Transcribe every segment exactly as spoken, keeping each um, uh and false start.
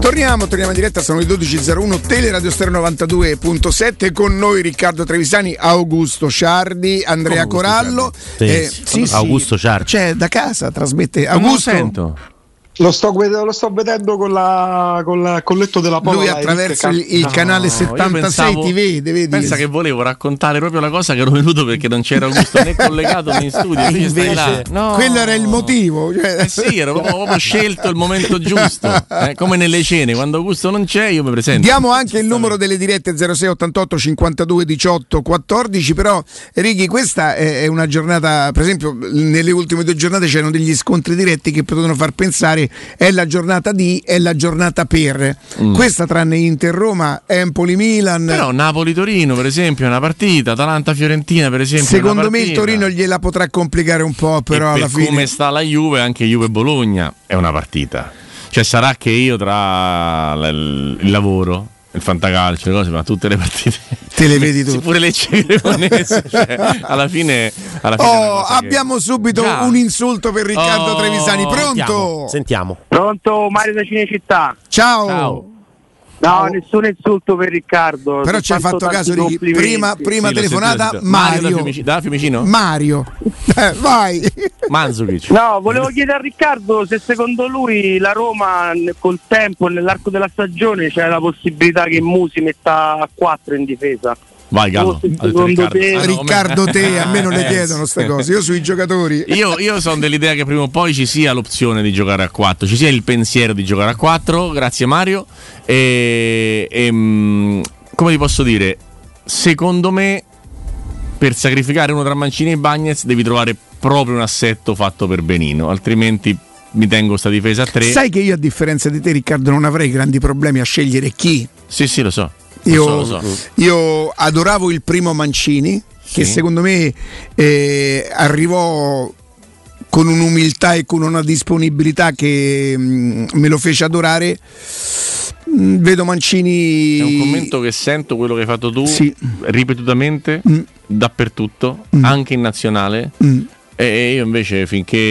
Torniamo, torniamo in diretta, sono le dodici e zero uno, Teleradio Stereo novantadue virgola sette, con noi Riccardo Trevisani, Augusto Ciardi, Andrea Augusto Corallo. Ciardi? Eh, sì, sì, Augusto Ciardi. Cioè, da casa trasmette. Non Augusto. lo sento. Lo sto, lo sto vedendo con, la, con la, col letto della Pola. Lui attraverso il, il no, canale settantasei pensavo, ti vede, vedi? Pensa che volevo raccontare proprio la cosa che ero venuto perché non c'era Augusto né collegato né in studio. Invece stai là. No. Quello era il motivo. Cioè. Eh sì, ero proprio, proprio scelto il momento giusto. Eh, come nelle cene, quando Augusto non c'è io mi presento. Diamo anche il numero delle dirette zero sei ottantotto cinquantadue diciotto quattordici, però Righi, questa è una giornata, per esempio nelle ultime due giornate c'erano degli scontri diretti che potevano far pensare è la giornata di, è la giornata per. Mm. Questa tranne Inter-Roma, Empoli-Milan. Però Napoli-Torino per esempio è una partita, Atalanta-Fiorentina per esempio. Secondo me il Torino gliela potrà complicare un po', però e alla per fine. Come sta la Juve, anche Juve-Bologna è una partita. Cioè sarà che io tra l- il lavoro, il fantacalcio, le cose, ma tutte le partite te le vedi tutte. Pure Lecce Cremonese, cioè, alla fine, alla fine oh, abbiamo che... subito Già. un insulto per Riccardo oh, Trevisani. Pronto? Sentiamo, sentiamo. Pronto, Mario da Cinecittà. Ciao. Ciao. No, nessun insulto per Riccardo. Però ci hai fatto caso di prima, prima sì, telefonata sentito, Mario. Mario da, Fiumicino, da Fiumicino? Mario. Eh, vai. Manzukic. No, volevo chiedere a Riccardo se secondo lui la Roma col tempo, nell'arco della stagione, c'è la possibilità che Musi metta a quattro in difesa. Vai Gallo, Riccardo te, ah, no, Riccardo te, a me non le chiedono queste cose, io sui giocatori. Io, io sono dell'idea che prima o poi ci sia l'opzione di giocare a quattro, ci sia il pensiero di giocare a quattro, grazie Mario. E, e come ti posso dire, secondo me per sacrificare uno tra Mancini e Bagnez devi trovare proprio un assetto fatto per benino, altrimenti mi tengo sta difesa a tre. Sai che io a differenza di te Riccardo non avrei grandi problemi a scegliere chi? Sì sì lo so. Io, lo so, lo so. io adoravo il primo Mancini, sì. che secondo me eh, arrivò con un'umiltà e con una disponibilità che mh, me lo fece adorare. Mh, vedo Mancini. È un commento che sento quello che hai fatto tu sì. ripetutamente, mm. dappertutto, mm. anche in nazionale. Mm. E io invece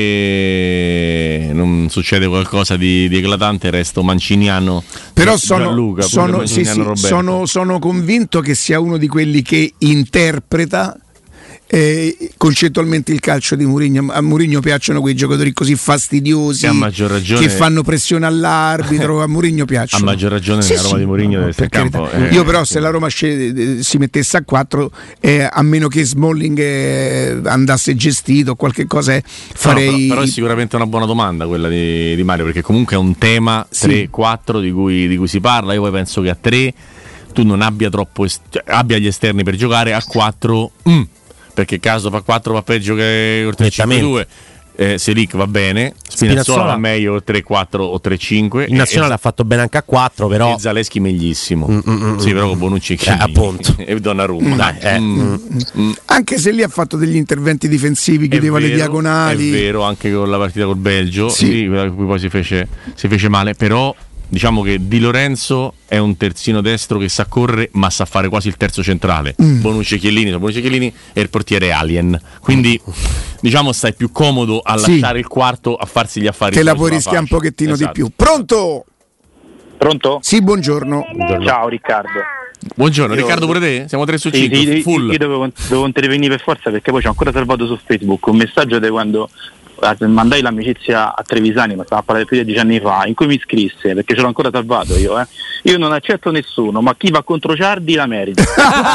finché non succede qualcosa di, di eclatante resto manciniano. Però sono, Gianluca, sono, manciniano sì, sì, sono, sono convinto che sia uno di quelli che interpreta eh, concettualmente il calcio di Mourinho. A Mourinho piacciono quei giocatori così fastidiosi, a maggior ragione, che fanno pressione all'arbitro. A Mourinho piacciono. A maggior ragione sì, nella Roma sì, di Mourinho deve essere campo. Eh, Io però se la Roma scel- si mettesse a quattro, eh, a meno che Smalling eh, andasse gestito qualche cosa, eh, farei. No, però, però è sicuramente una buona domanda quella di, di Mario, perché comunque è un tema tre quattro sì. di, cui, di cui si parla. Io poi penso che a tre tu non abbia troppo est- cioè, abbia gli esterni per giocare, a quattro mm, perché caso fa quattro va peggio che il tre cinque due. Eh, Selic va bene, Spinazzola va meglio o tre quattro o tre cinque. Il nazionale e, ha fatto bene anche a quattro, però. E Zaleschi meglissimo. Mm, mm, sì, però con Bonucci eh, appunto. e Donnarumma. Mm, Dai, eh. mm, mm. Anche se lì ha fatto degli interventi difensivi, chiudeva le diagonali. È vero, anche con la partita col Belgio, sì. Sì, quella cui poi si fece, si fece male, però diciamo che Di Lorenzo è un terzino destro che sa correre ma sa fare quasi il terzo centrale. mm. Bonucci e Chiellini, Bonucci e Chiellini e il portiere Alien, quindi mm. diciamo stai più comodo a lasciare sì. il quarto a farsi gli affari. Te la puoi rischiare un pochettino esatto. di più. Pronto? Pronto? Sì, buongiorno. buongiorno. Ciao Riccardo. Buongiorno, io, Riccardo pure te? Siamo tre su cinque, sì, full. Io dovevo, dovevo intervenire per forza perché poi ci ho ancora salvato su Facebook un messaggio di quando mandai l'amicizia a Trevisani, ma stava a parlare più di dieci anni fa, in cui mi scrisse, perché ce l'ho ancora salvato io, eh. Io non accetto nessuno, ma chi va contro Ciardi la merita.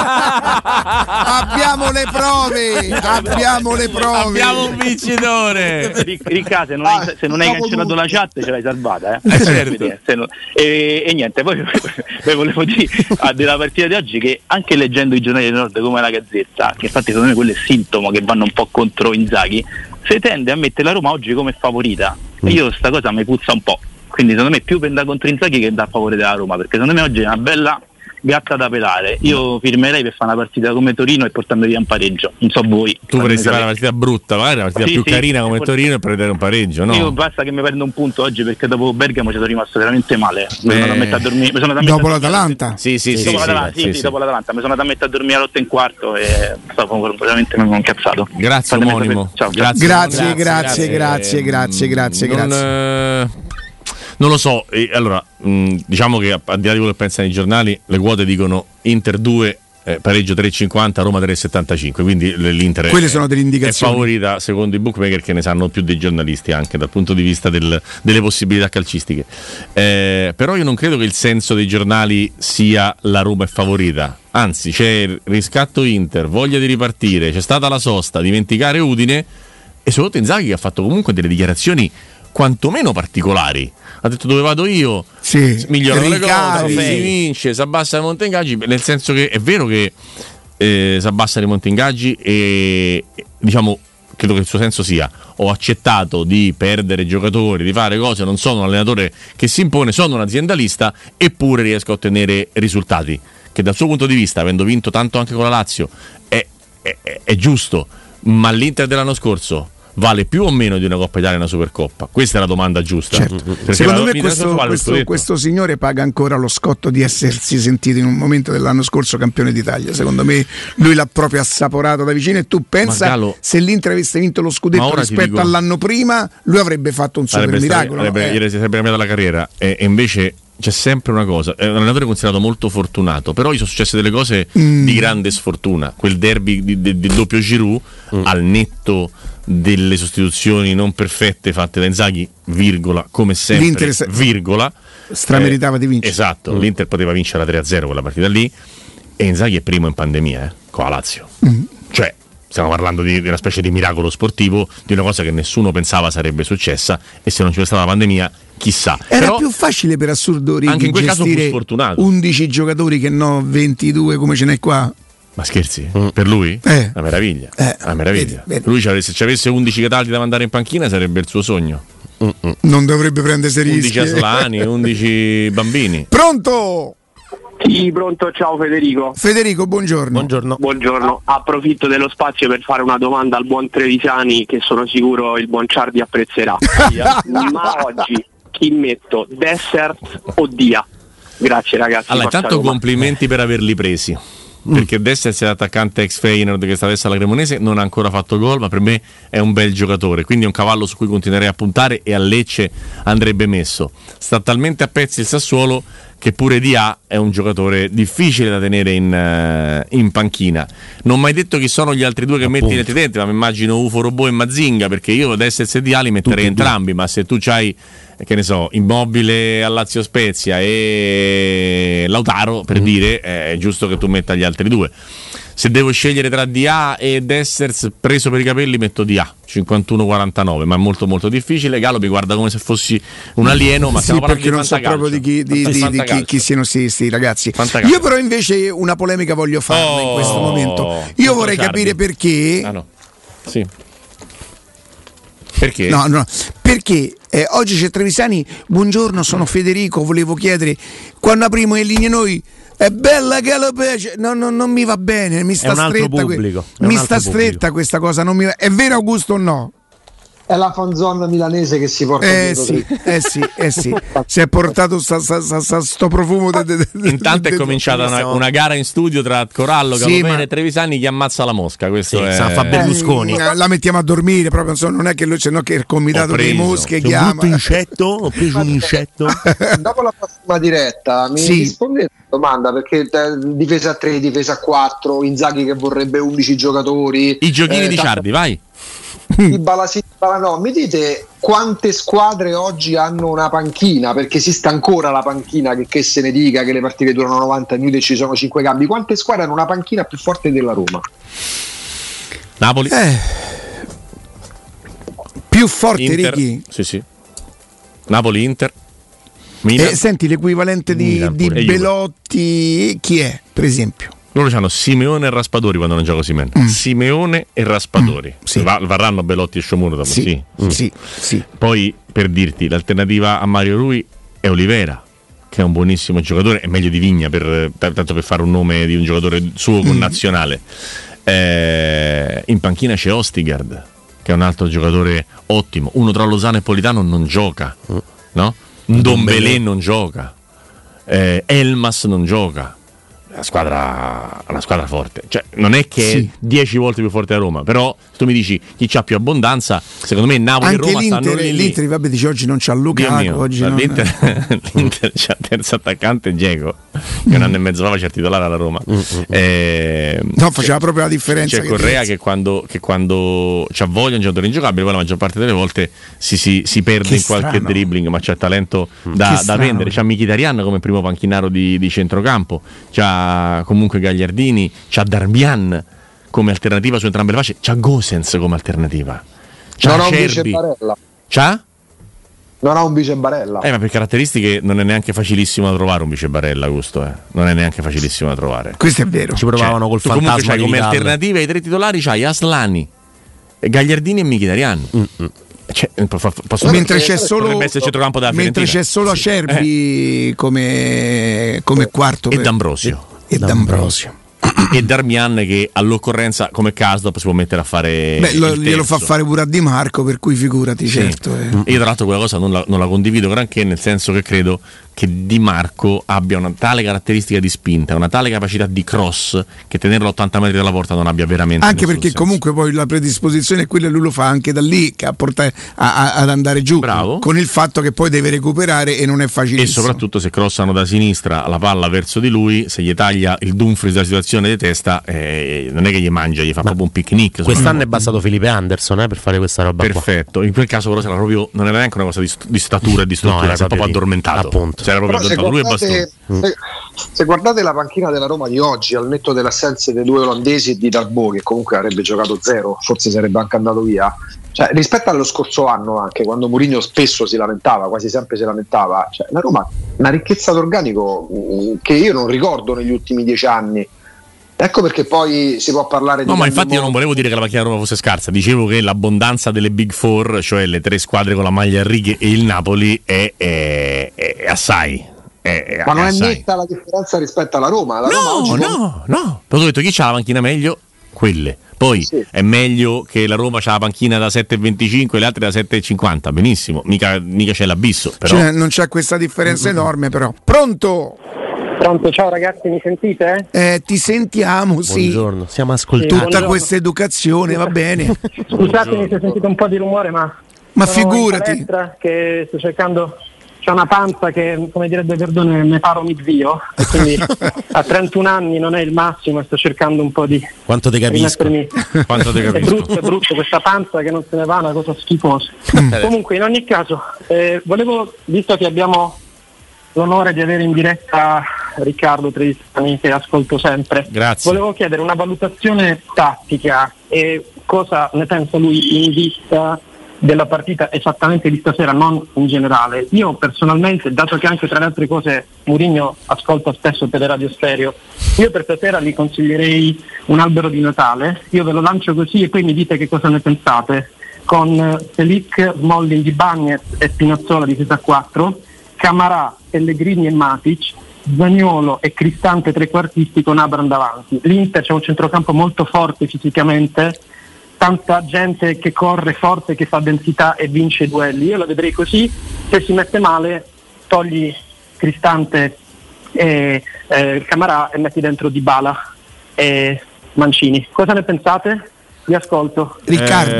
Abbiamo le prove, abbiamo le prove. Abbiamo un vincitore. Ricca, se non hai, se non hai cancellato la chat ce l'hai salvata, eh? eh certo. se non, e, e niente, poi vi volevo dire della partita di oggi che anche leggendo i giornali del Nord come la Gazzetta, che infatti secondo me quello è sintomo che vanno un po' contro Inzaghi, si tende a mettere la Roma oggi come favorita. E io sta cosa mi puzza un po', quindi secondo me più penda contro Inzaghi che da a favore della Roma, perché secondo me oggi è una bella gatta da pelare. Io firmerei per fare una partita come Torino e portando via un pareggio, non so voi. Tu vorresti fare una partita brutta, magari una partita sì, più sì, carina come forse... Torino e prendere un pareggio, no? Io basta che mi prenda un punto oggi, perché dopo Bergamo ci sono rimasto veramente male. Mi sono andato a dormire, mi sono andato dopo l'Atalanta? Sì, sì, sì, dopo, sì, l'Atalanta, sì, sì, sì, sì, sì. dopo l'Atalanta mi sono andato a mettere a dormire alle otto e un quarto e stavo veramente incazzato. Grazie omonimo. Ciao. Grazie, grazie, grazie, grazie, grazie, grazie, non, grazie. Eh... Non lo so, e allora mh, diciamo che al di là di quello che pensano i giornali, le quote dicono Inter due, eh, pareggio tre virgola cinquanta, Roma tre virgola settantacinque, quindi l'Inter quelle è, sono delle indicazioni. è favorita secondo i bookmaker, che ne sanno più dei giornalisti anche dal punto di vista del, delle possibilità calcistiche. Eh, però io non credo che il senso dei giornali sia la Roma è favorita, anzi c'è il riscatto Inter, voglia di ripartire, c'è stata la sosta, dimenticare Udine, e soprattutto Inzaghi che ha fatto comunque delle dichiarazioni quantomeno particolari. Ha detto dove vado io, sì, migliorano le Riccardi, cose, si vince, si abbassano i monte ingaggi, nel senso che è vero che eh, si abbassano i monte ingaggi e diciamo credo che il suo senso sia ho accettato di perdere giocatori, di fare cose, non sono un allenatore che si impone, sono un aziendalista, eppure riesco a ottenere risultati che dal suo punto di vista, avendo vinto tanto anche con la Lazio, è, è, è giusto. Ma l'Inter dell'anno scorso vale più o meno di una Coppa Italia e una Supercoppa? Questa è la domanda giusta. Certo. Secondo me questo, questo, questo signore paga ancora lo scotto di essersi sentito in un momento dell'anno scorso campione d'Italia. Secondo me lui l'ha proprio assaporato da vicino, e tu pensa Gallo, se l'Inter avesse vinto lo scudetto rispetto dico, all'anno prima, lui avrebbe fatto un super miracolo. Avrebbe, eh. Gli sarebbe cambiata la carriera, e, e invece c'è sempre una cosa, è un allenatore considerato molto fortunato, però gli sono successe delle cose mm. di grande sfortuna. Quel derby di, di, di doppio Giroud, mm. al netto delle sostituzioni non perfette fatte da Inzaghi, virgola, come sempre, l'Inter virgola, strameritava eh, di vincere. Esatto, mm. l'Inter poteva vincere la tre a zero quella partita lì, e Inzaghi è primo in pandemia, eh, con la Lazio. Mm. Cioè, stiamo parlando di, di una specie di miracolo sportivo, di una cosa che nessuno pensava sarebbe successa, e se non ci fosse stata la pandemia, chissà. Era Però, più facile per assurdo anche in quel caso fu sfortunato. undici giocatori che no ventidue come ce n'è qua. Ma scherzi? Mm. Per lui? Eh. Una meraviglia. Eh. Una meraviglia. Vedi, vedi. Lui se ci avesse undici cataldi da mandare in panchina sarebbe il suo sogno. Mm-mm. Non dovrebbe prendersi rischi. undici aslani, undici bambini. Pronto? Sì, pronto, ciao Federico. Federico, buongiorno. Buongiorno. Buongiorno. Approfitto dello spazio per fare una domanda al buon Trevisani, che sono sicuro il buon Ciardi apprezzerà. Ma oggi chi metto, Dessert o Dia? Grazie ragazzi. Allora, intanto complimenti per averli presi. Perché Dessert sia l'attaccante ex Feyenoord che sta adesso alla Cremonese, non ha ancora fatto gol, ma per me è un bel giocatore, quindi è un cavallo su cui continuerei a puntare, e a Lecce andrebbe messo. Sta talmente a pezzi il Sassuolo che pure Dia è un giocatore difficile da tenere in, uh, in panchina. Non ho mai detto chi sono gli altri due che Appunto. metti nel tridente, ma mi immagino Ufo, Robò e Mazinga, perché io Dessert e Dia li metterei Tutti entrambi, due. Ma se tu c'hai, che ne so, Immobile a Lazio Spezia e Lautaro, per mm. dire, è giusto che tu metta gli altri due. Se devo scegliere tra Dia e Dessers, preso per i capelli, metto Dia cinquantuno quarantanove, ma è molto molto difficile. Galo mi guarda come se fossi un alieno, ma sì, stiamo parlando perché di non so proprio di chi, di, di, di chi, chi siano questi ragazzi. Io però invece una polemica voglio farla oh, in questo momento. Io vorrei Ciardi. capire perché ah no sì perché no no perché eh, oggi c'è Trevisani. Buongiorno, sono Federico, volevo chiedere, quando apriamo le linee noi è bella che lo piace, no, no, non mi va bene, mi sta stretta, que- mi sta stretta questa cosa, non mi va- è vero Augusto o no? È la fanzone milanese che si porta eh dietro. Sì, eh sì, eh sì, si è portato sta, sta, sta, sta, sto profumo de, de, de, intanto de, è cominciata de, una, una gara in studio tra Corallo, Galopere sì, ma... e Trevisani, chi ammazza la mosca, questo sì, è... fa Berlusconi, eh, la mettiamo a dormire proprio, insomma, non è che lui c'è, no, che il comitato dei mosche c'è chiama un incetto, ho preso un incetto. Dopo la prossima diretta mi sì. rispondete alla domanda, perché difesa a tre, difesa a quattro, Inzaghi che vorrebbe undici giocatori, i giochini eh, di Ciardi, vai. I Balasini, no, mi dite quante squadre oggi hanno una panchina, perché esiste ancora la panchina, che, che se ne dica che le partite durano novanta minuti e ci sono cinque cambi. Quante squadre hanno una panchina più forte della Roma? Napoli eh. più forte Inter. Righi? Sì sì Napoli, Inter, Milan. Eh, senti l'equivalente di, Milan di Belotti chi è per esempio? Loro hanno Simeone e Raspadori quando non gioco Simeone. Mm. Simeone e Raspadori. Mm, sì. Va, varranno Belotti e Sciomuro. Sì, sì. Mm. sì, sì. Poi per dirti, l'alternativa a Mario Rui è Olivera, che è un buonissimo giocatore, è meglio di Vigna, per, per, tanto per fare un nome di un giocatore suo connazionale. Mm. Eh, in panchina c'è Ostigard, che è un altro giocatore ottimo. Uno tra Lozano e Politano non gioca, mm. no? Ndombele non gioca, eh, Elmas non gioca. una squadra, una squadra forte, cioè non è che Sì. è dieci volte più forte della Roma, però se tu mi dici chi c'ha più abbondanza, secondo me Napoli Anche e Roma stanno l'Inter, lì lì. l'Inter vabbè, dice oggi non c'ha Dio Lukaku, mio, oggi ma non... l'Inter, l'Inter c'ha terzo attaccante Dzeko, che un anno e mezzo fa faceva titolare alla Roma. Eh, No, faceva proprio la differenza. C'è che Correa pensi. che quando, che quando c'ha voglia è un giocatore ingiocabile, poi la maggior parte delle volte si, si, si perde Che in qualche strano. dribbling, ma c'ha talento Che da, da strano. vendere. C'ha Mkhitaryan come primo panchinaro di, di centrocampo, c'ha comunque Gagliardini, c'ha Darmian come alternativa su entrambe le fasce, c'ha Gosens come alternativa, c'ha Non ha un vice Acerbi, Barella. c'ha? Non ha un vice Barella. Eh, ma per caratteristiche non è neanche facilissimo da trovare un vice Barella, Gusto, eh. Non è neanche facilissimo da trovare. Questo è vero. Ci provavano Cioè, col tu comunque fantasma c'hai di come Vidal. alternative ai tre titolari c'hai Aslani, Gagliardini e Mkhitaryan. Cioè, po- po- posso- Mentre c'è solo potrebbe essere centrocampo della mentre Fiorentina. c'è solo Acerbi come, come quarto E per- D'Ambrosio. e D'Ambrosio. E Darmian che all'occorrenza come Kasdorp si può mettere a fare Beh, lo- il glielo fa terzo. fare pure a Di Marco, per cui figurati, Sì. certo. eh. Io tra l'altro quella cosa non la, non la condivido granché, nel senso che credo che Di Marco abbia una tale caratteristica di spinta, una tale capacità di cross, che tenerlo a ottanta metri dalla porta non abbia veramente Anche nessun perché senso. comunque poi la predisposizione è quella e lui lo fa anche da lì che a portare a- a- ad andare giù. Bravo. Con il fatto che poi deve recuperare e non è facilissimo. E soprattutto se crossano da sinistra la palla verso di lui, se gli taglia il Dumfries della situazione di testa, eh, non è che gli mangia, gli fa proprio un picnic. Quest'anno è bastato Felipe Anderson eh, per fare questa roba qua. Perfetto, in quel caso però era proprio, non era neanche una cosa di, st- di statura e di struttura, No, era si è proprio proprio di- addormentato. appunto. Si era proprio Però se addormentato lui e guardate, bastone. se, se guardate la panchina della Roma di oggi, al netto delle assenze dei due olandesi e di Darbo, che comunque avrebbe giocato zero, forse sarebbe anche andato via, cioè, rispetto allo scorso anno, anche quando Mourinho spesso si lamentava, quasi sempre si lamentava, cioè, la Roma ha una ricchezza d'organico mh, che io non ricordo negli ultimi dieci anni. Ecco perché poi si può parlare di No, ma grandi infatti io non modi. volevo dire che la macchina Roma fosse scarsa, dicevo che l'abbondanza delle Big Four, cioè le tre squadre con la maglia a righe e il Napoli, è, è, è assai. È, Ma non è assai. netta la differenza rispetto alla Roma. La Roma No, oggi non- no, no. Però ho detto chi c'ha la panchina meglio? Quelle. Poi Sì. è meglio che la Roma c'ha la panchina da sette virgola venticinque e le altre da sette virgola cinquanta. Benissimo, mica, mica c'è l'abisso. Però Cioè, non c'è questa differenza enorme, però. Pronto? Pronto, ciao ragazzi, mi sentite? Eh, ti sentiamo, sì. Buongiorno, siamo Sì, ascoltati. Tutta buongiorno. questa educazione, va bene. Scusatemi se sentite un po' di rumore, ma, Ma sono in figurati. palestra che sto cercando, c'ho una panza che, come direbbe Verdone, ne paro mi zio, e quindi a trentuno anni non è il massimo e sto cercando un po' di Quanto te capisco. rimettermi. quanto te È capisco. brutto, è brutto questa panza che non se ne va, una cosa schifosa. Comunque, in ogni caso, eh, volevo, visto che abbiamo l'onore di avere in diretta Riccardo Trisani, che ascolto sempre, Grazie. volevo chiedere una valutazione tattica e cosa ne pensa lui in vista della partita esattamente di stasera, non in generale. Io personalmente, dato che anche tra le altre cose Mourinho ascolta spesso per le radio stereo, io per stasera gli consiglierei un albero di Natale. Io ve lo lancio così e poi mi dite che cosa ne pensate, con Selic, Smalling di Bagnez e Spinazzola di sette a quattro, Camarà, Pellegrini e Matic, Zaniolo e Cristante trequartisti con Abraham davanti. L'Inter c'è un centrocampo molto forte fisicamente, tanta gente che corre forte, che fa densità e vince i duelli. Io la vedrei così. Se si mette male togli Cristante e eh, Camarà e metti dentro Dybala e Mancini. Cosa ne pensate? Vi ascolto. Riccardo.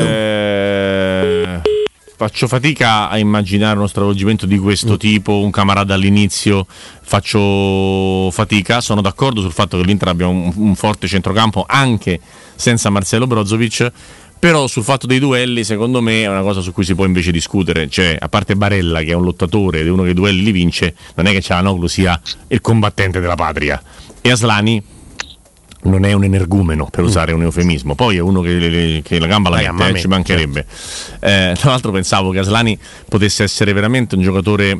Eh, faccio fatica a immaginare uno stravolgimento di questo tipo, un Camarà all'inizio, faccio fatica. Sono d'accordo sul fatto che l'Inter abbia un, un forte centrocampo anche senza Marcelo Brozovic, però sul fatto dei duelli secondo me è una cosa su cui si può invece discutere. Cioè, a parte Barella che è un lottatore ed è uno che i duelli li vince, non è che Çalhanoğlu sia il combattente della patria, e Aslani non è un energumeno, per usare un eufemismo. Poi è uno che, che la gamba la, La mette, gamba eh, mette, ci mancherebbe. Eh, tra l'altro pensavo che Aslani potesse essere veramente un giocatore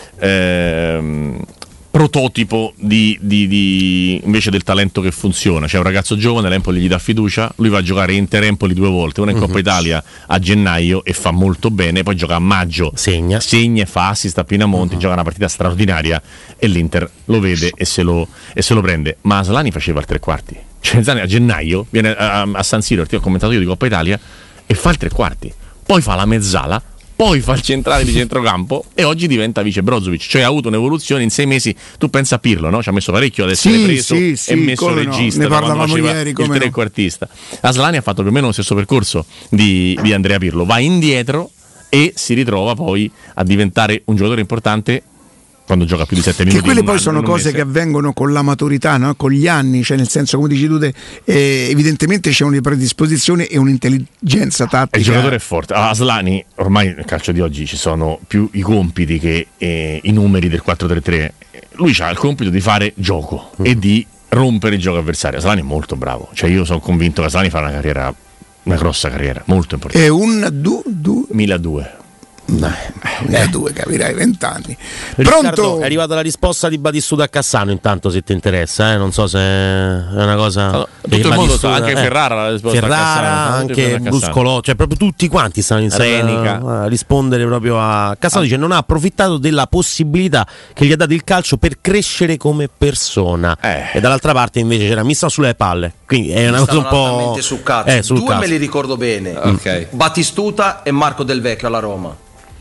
ehm, prototipo di, di, di invece del talento che funziona. C'è un ragazzo giovane, l'Empoli gli dà fiducia, lui va a giocare Inter-Empoli due volte, una in Coppa Italia a gennaio e fa molto bene, poi gioca a maggio, Segna. segna e fa assist a Pinamonti, gioca una partita straordinaria e l'Inter lo vede e se lo, e se lo prende. Ma Aslani faceva il tre quarti, cioè Aslani a gennaio viene a, a San Siro, ti ho commentato io di Coppa Italia, e fa il tre quarti, poi fa la mezzala, poi fa il centrale di centrocampo e oggi diventa vice Brozovic, cioè ha avuto un'evoluzione in sei mesi. Tu pensa a Pirlo, no? Ci ha messo parecchio ad essere sì, preso sì, e sì, messo regista, no. Ne parlavamo ieri, il come trequartista. Aslani ha fatto più o meno lo stesso percorso di, di Andrea Pirlo, va indietro e si ritrova poi a diventare un giocatore importante quando gioca più di sette minuti. Che quelle poi anno, sono cose mese. che avvengono con la maturità, no? Con gli anni, cioè nel senso, come dici tu, te, eh, evidentemente c'è una predisposizione e un'intelligenza tattica. Il giocatore è forte. A Aslani ormai nel calcio di oggi ci sono più i compiti che eh, i numeri del quattro tre tre. Lui ha il compito di fare gioco mm. e di rompere il gioco avversario. Aslani è molto bravo, cioè io sono convinto che Aslani farà una carriera, una grossa carriera, molto importante. È un du, du. Mila due. No, eh. due capirai, vent'anni. Riccardo, Pronto? è arrivata la risposta di Batistuta a Cassano, intanto se ti interessa, eh? Non so se è una cosa no, tutto il mondo sa, anche eh. Ferrara la risposta Ferrara, a Cassano, anche Bruscolò, cioè proprio tutti quanti stanno iniziando a rispondere proprio a Cassano. Ah. Dice non ha approfittato della possibilità che gli ha dato il calcio per crescere come persona, eh. e dall'altra parte invece c'era missa sulle palle, quindi è una cosa un po' su cazzo. Eh, sul Due cazzo. me li ricordo bene, okay. Batistuta e Marco Del Vecchio alla Roma.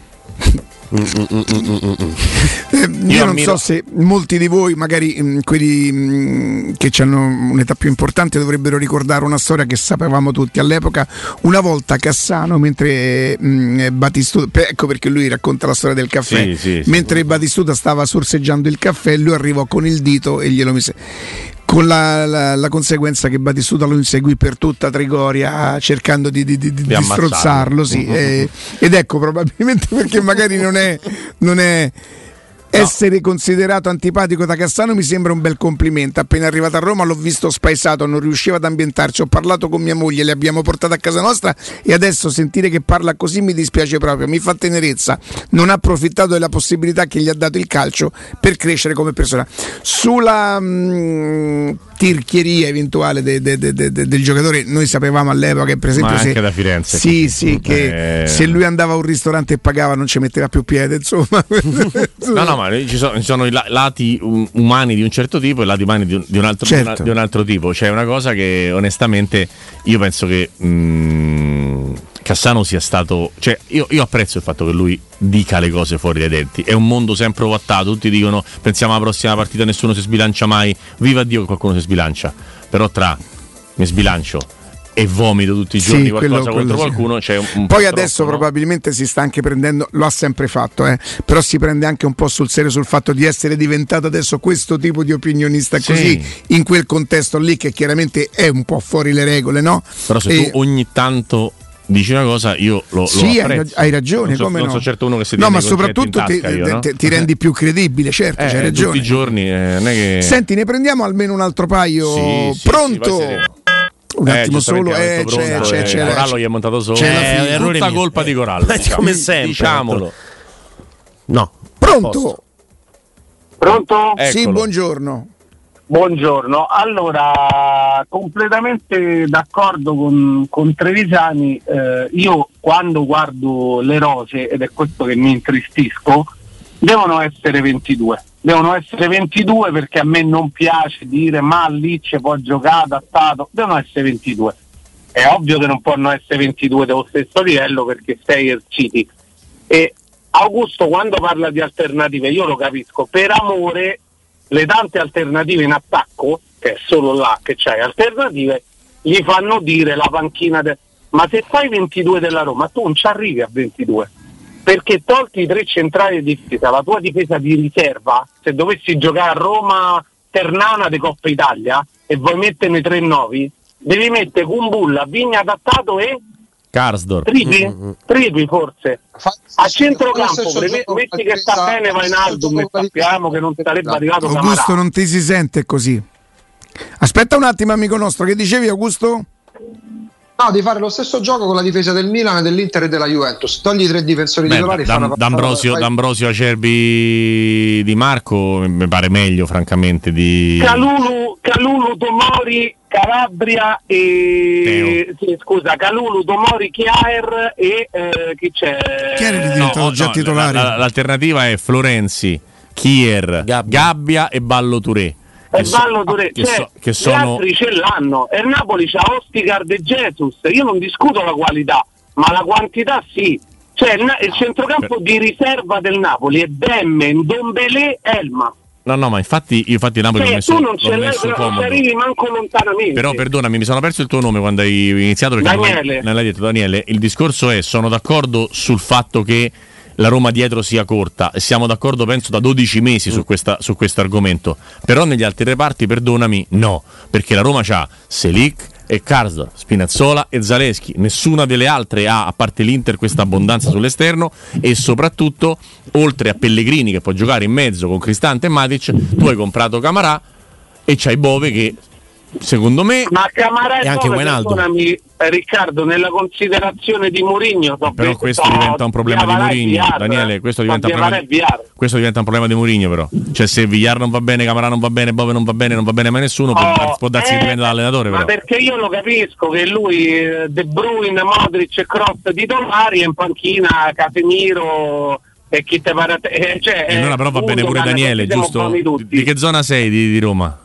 Mm, mm, mm, mm, mm. Eh, io, io non ammiro... so se molti di voi, magari mh, quelli mh, che hanno un'età più importante, dovrebbero ricordare una storia che sapevamo tutti all'epoca. Una volta Cassano, mentre mh, Batistuta, ecco perché lui racconta la storia del caffè, sì, sì, mentre sì. Batistuta stava sorseggiando il caffè, lui arrivò con il dito e glielo mise, con la, la, la conseguenza che Batistuta lo inseguì per tutta Trigoria cercando di, di, di, di, di strozzarlo, sì. e, ed ecco probabilmente perché magari non è, non è no. essere considerato antipatico da Cassano mi sembra un bel complimento. Appena arrivato a Roma l'ho visto spaesato, non riusciva ad ambientarci, ho parlato con mia moglie, le abbiamo portato a casa nostra e adesso sentire che parla così mi dispiace proprio, mi fa tenerezza. Non ha approfittato della possibilità che gli ha dato il calcio per crescere come persona. Sulla mh, tirchieria eventuale de, de, de, de, de, del giocatore, noi sapevamo all'epoca che per esempio ma se, anche da Firenze sì, sì, che eh... se lui andava a un ristorante e pagava non ci metteva più piede, insomma. no no ma ci sono, ci sono i lati umani di un certo tipo e lati umani di un, di un, altro, certo. di una, di un altro tipo. C'è una cosa che onestamente io penso che mh, Cassano sia stato, cioè io, io apprezzo il fatto che lui dica le cose fuori dai denti. È un mondo sempre ovattato, tutti dicono pensiamo alla prossima partita, nessuno si sbilancia mai, viva Dio che qualcuno si sbilancia, però tra mi sbilancio e vomito tutti i giorni sì, qualcosa quello, contro quello qualcuno sì. C'è un, un poi adesso troppo, probabilmente no? Si sta anche prendendo, lo ha sempre fatto eh, però si prende anche un po' sul serio sul fatto di essere diventato adesso questo tipo di opinionista sì. Così in quel contesto lì che chiaramente è un po' fuori le regole, no? Però se e... tu ogni tanto dici una cosa io lo, sì, lo apprezzo. Hai ragione, non so, come non no? so certo uno che si no ma soprattutto tasca, ti, io, no? ti, ti rendi più credibile, certo, eh, c'hai ragione tutti i giorni eh, non è che... Senti, ne prendiamo almeno un altro paio. Sì, pronto? Sì, un attimo eh, solo eh, pronto, c'è, c'è, eh, c'è, Corallo gli è montato solo c'è è tutta colpa di Corallo eh, diciamo. Come sempre diciamolo no pronto pronto Eccolo. Sì, buongiorno buongiorno allora completamente d'accordo con, con Trevisani. eh, io quando guardo le rose ed è questo che mi intristisco, devono essere ventidue devono essere ventidue perché a me non piace dire ma lì c'è può giocare adattato, devono essere ventidue. È ovvio che non possono essere ventidue dello stesso livello perché sei il City. E Augusto quando parla di alternative io lo capisco, per amore le tante alternative in attacco, che è solo là che c'hai alternative, gli fanno dire la panchina de... ma se fai ventidue della Roma tu non ci arrivi a ventidue, perché tolti i tre centrali di difesa, la tua difesa di riserva, se dovessi giocare a Roma Ternana di Coppa Italia e vuoi metterne tre novi, devi mettere Kumbulla, Vigna adattato e Karsdorp. Tripi? Mm-hmm. Tripi forse. A centrocampo, pre- metti che sta bene Wijnaldum e sappiamo che non sarebbe arrivato Augusto, Camarà. non ti si sente così. Aspetta un attimo amico nostro, che dicevi Augusto? No, di fare lo stesso gioco con la difesa del Milan, dell'Inter e della Juventus. Togli i tre difensori Beh, titolari. Dan, fanno, D'Ambrosio, fanno, D'Ambrosio Acerbi Di Marco mi pare meglio francamente di Calulu, Calulu Tomori, Calabria e sì, scusa, Calulu, Tomori, Chiaer e eh, chi c'è? Chiaer è diventato no, già no, titolare. La, la, l'alternativa è Florenzi, Chier, Gabbia, Gabbia e Ballo Touré. E Ballo Touré, che, cioè, so, che gli sono... altri ce l'hanno. E il Napoli c'ha Ostigard e Jesus. Io non discuto la qualità, ma la quantità sì. Cioè il, il centrocampo di riserva del Napoli è Demme, Ndombele, Elma. No, no, ma infatti io infatti Napoli cioè, l'ho messo, tu non ce l'hai, non ci arrivi manco lontanamente. Però perdonami, mi sono perso il tuo nome quando hai iniziato perché Daniele. Non l'hai detto Daniele. Il discorso è, sono d'accordo sul fatto che la Roma dietro sia corta e siamo d'accordo penso da dodici mesi su questa su questo argomento. Però negli altri reparti, perdonami, no, perché la Roma c'ha Selic e Karsdorp, Spinazzola e Zaleschi, nessuna delle altre ha, a parte l'Inter, questa abbondanza sull'esterno, e soprattutto oltre a Pellegrini che può giocare in mezzo con Cristante e Matic, tu hai comprato Camarà e c'hai Bove che secondo me ma Camarà e anche Wijnaldum. Riccardo, nella considerazione di Mourinho, però questo so, diventa un problema di Mourinho, Daniele, questo diventa, un problema di, questo diventa un problema di Mourinho, però cioè se Villar non va bene, Camarà non va bene, Bove non va bene, non va bene mai nessuno, oh, può, può darsi eh, dipende dall'allenatore, ma però. Perché io lo capisco che lui De Bruyne, Modric e Kroos titolari e in panchina Casemiro e chi te pare eh, cioè, e allora però va bene pure Daniele, giusto? Di che zona sei di, di Roma?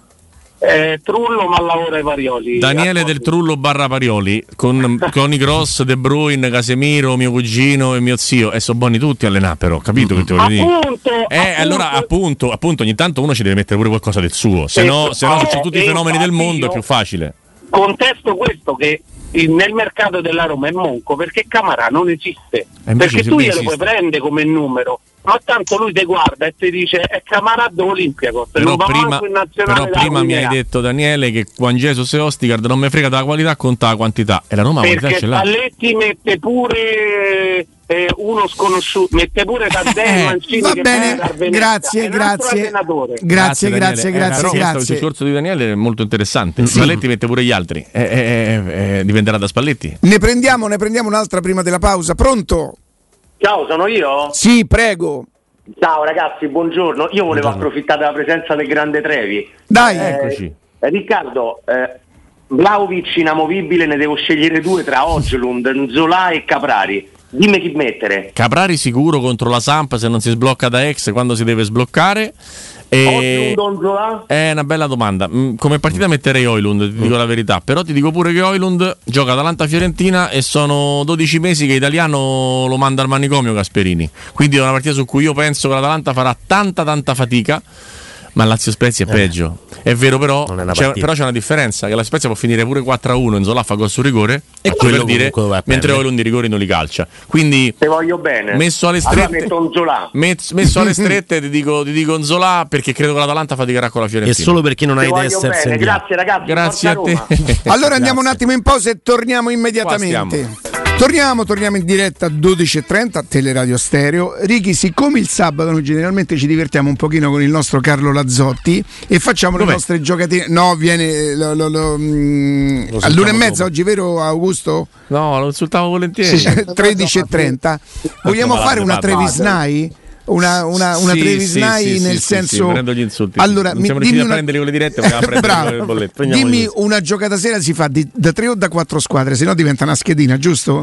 Eh, Trullo ma lavora ai Parioli. Daniele del Trullo barra Parioli con, con i Cross, De Bruyne, Casemiro, mio cugino e mio zio, e sono buoni tutti allenare, però capito che ti voglio dire? Appunto, eh, appunto. allora appunto, appunto ogni tanto uno ci deve mettere pure qualcosa del suo, se no, se no se c'è tutti i fenomeni del mondo è più facile. Contesto questo che nel mercato della Roma è monco perché Camarà non esiste, perché tu glielo puoi prendere come numero, ma tanto lui ti guarda e ti dice è Camarà dell'Olimpiakos. Però prima, però prima mi hai detto, Daniele, che Juan Jesus e Ostigard non mi frega della qualità, conta la quantità, e la Roma perché qualità ce l'ha. Spalletti mette pure eh, uno sconosciuto, mette pure Taddei, Mancini, va che bene, grazie, grazie, grazie, grazie, grazie, grazie, eh, grazie. Il discorso di Daniele è molto interessante. Sì. Spalletti mette pure gli altri, eh, eh, eh, dipenderà da Spalletti. Ne prendiamo, ne prendiamo un'altra prima della pausa. Pronto? Ciao, sono io? Sì, prego. Ciao ragazzi, buongiorno. Io volevo buongiorno. approfittare della presenza del grande Trevi. Dai, eh, eccoci. Eh, Riccardo, eh, Vlahovic inamovibile, ne devo scegliere due tra Højlund, Nzola e Caprari. Dimmi chi mettere. Caprari sicuro contro la Samp se non si sblocca da ex quando si deve sbloccare. E... È una bella domanda. Come partita metterei Højlund, ti dico la verità. Però ti dico pure che Højlund gioca Atalanta-Fiorentina e sono dodici mesi che Italiano lo manda al manicomio Gasperini. Quindi è una partita su cui io penso che l'Atalanta farà tanta tanta fatica. Ma Lazio Spezia è peggio. È vero, però c'è, però c'è una differenza, che la Spezia può finire pure quattro a uno, Nzola fa gol sul rigore e per dire, mentre Højlund i rigori non li calcia. Quindi te voglio bene. Messo alle strette, allora Nzola. Messo, messo alle strette ti dico, ti dico Nzola perché credo che l'Atalanta faticherà con la Fiorentina. E solo perché non hai Dessers. Grazie ragazzi. Grazie a te. Allora andiamo un attimo in pausa e torniamo immediatamente. Torniamo, torniamo in diretta a dodici e trenta, Teleradio Stereo. Ricky, siccome il sabato noi generalmente ci divertiamo un pochino con il nostro Carlo Lazzotti e facciamo Dov'è? le nostre giocatine. No, viene lo, lo, lo, mh, all'una e mezza oggi, vero Augusto? No, lo insultavo volentieri. Sì, tredici e trenta. Vogliamo fare una Trevisnai? Una, una, una sì, Trevisnai sì, sì, nel sì, senso sì, prendo gli insulti. Allora, non siamo riusciti a prendere quelle dirette, ma prendere le bollette. Dimmi, una giocata sera si fa di, da tre o da quattro squadre, se no diventa una schedina, giusto?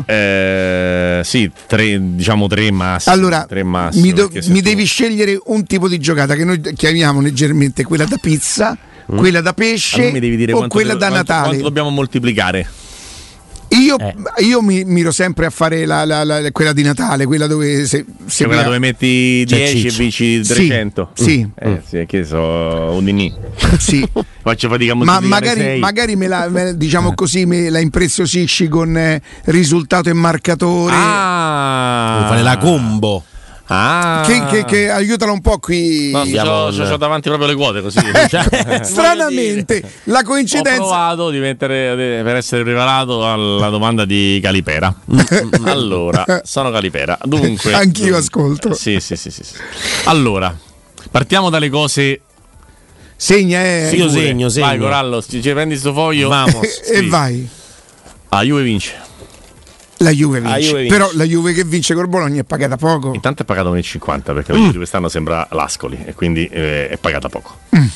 Eh, sì, tre, diciamo tre massimo. Allora, tre massimo, mi, do, mi tu... devi scegliere un tipo di giocata che noi chiamiamo leggermente quella da pizza, mm. quella da pesce mi devi dire o quella devo, da quanto, Natale. Quanto dobbiamo moltiplicare? Io, eh. io mi miro sempre a fare la, la, la, quella di Natale, quella dove se, se cioè quella dove metti dieci e vinci trecento. Sì, mm. eh, sì, che so, un ninì. Sì. Faccio fatica a ma magari, magari me la, me, diciamo così, me la impreziosisci con eh, risultato e marcatore. Ah, fare la combo. Ah. Che, che, che aiutala un po' qui. No, c'ho, c'ho, c'ho davanti proprio le quote così. Stranamente la coincidenza. Ho provato di mettere, per essere preparato alla domanda di Calipera. Allora, sono Calipera. Dunque, anch'io dunque, ascolto. Sì, sì, sì, sì, sì. Allora, partiamo dalle cose. Segna, eh. Sì, io segno, segno. Vai, Corallo, ci prendi sto foglio. Vamos. E sì. Vai. Ah, Juve vince. La Juve vince. La Juve vince, però la Juve che vince col Bologna è pagata poco. Intanto è pagata uno virgola cinquanta perché la Juve di quest'anno sembra l'Ascoli e quindi eh, è pagata poco. Mm.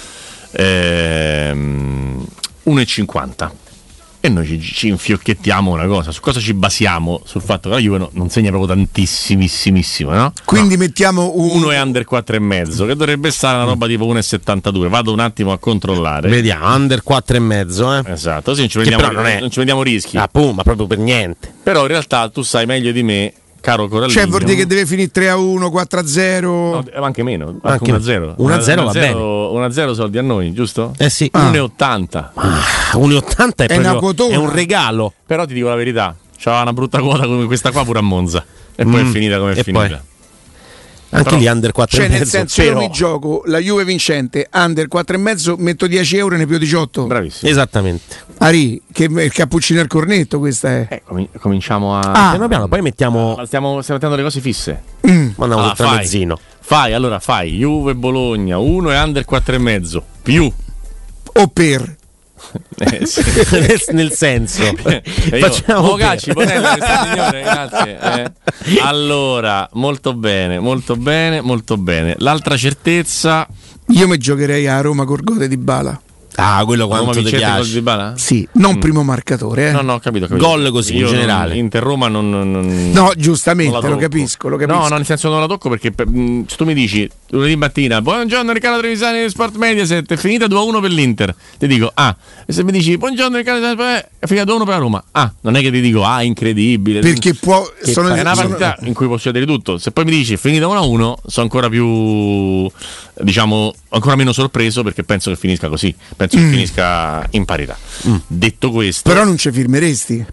Ehm, uno virgola cinquanta e noi ci, ci infiocchettiamo una cosa. Su cosa ci basiamo? Sul fatto che la Juve no, non segna proprio tantissimissimo, no? Quindi no. mettiamo un... uno è under quattro e mezzo, che dovrebbe stare una roba tipo uno virgola settantadue. Vado un attimo a controllare. Vediamo, under quattro e mezzo, eh. Esatto, sì, non ci prendiamo, non, è... non ci prendiamo rischi. Ah, pum, ma proprio per niente. Però in realtà tu sai meglio di me caro Corallino. Cioè vuol dire che deve finire tre a uno, quattro a zero, no, anche meno, anche uno a zero. uno a zero va bene. uno a zero soldi a noi, giusto? Eh sì. uno virgola ottanta. Ah, uno virgola ottanta è, è, proprio, è un regalo. Però ti dico la verità, c'aveva una brutta quota come questa qua pure a Monza. E poi mm. è finita come è finita. Poi. Anche però, lì under quattro cioè e mezzo, nel senso però... io mi gioco la Juve vincente under quattro e mezzo, metto dieci euro e ne più diciotto. Bravissimo. Esattamente. Ari, che il cappuccino al cornetto questa è. Eh, com- cominciamo a ah, piano piano, poi mettiamo ah, stiamo, stiamo mettendo le cose fisse. Mm. Mandiamo allora, il tramezzino. Fai, allora fai Juve Bologna uno e under quattro e mezzo più o per Eh, sì. nel senso eh, facciamo oh, Gacci, Bonella, signore, grazie. Eh. Allora, molto bene, molto bene, molto bene. L'altra certezza, io mi giocherei a Roma col gol di Dybala. Ah, quello quanto ti piace? Gol di Dybala? Sì, non mm. primo marcatore, eh. No, no, ho capito, ho capito. Gol così io in generale. Inter Roma non, non, non No, giustamente, non lo capisco, lo capisco. No, no, nel senso non la tocco perché mh, se tu mi dici lunedì mattina buongiorno Riccardo Trevisani di Sport Mediaset, è finita due a uno per l'Inter. Ti dico "Ah", e se mi dici buongiorno Riccardo è finita due a uno per la Roma. Ah, non è che ti dico "Ah, incredibile". Perché può che sono è una partita sono... in cui può succedere tutto. Se poi mi dici è finita uno a uno, sono ancora più diciamo ancora meno sorpreso perché penso che finisca così. Penso mm. che finisca in parità. Mm. Detto questo, però non ci firmeresti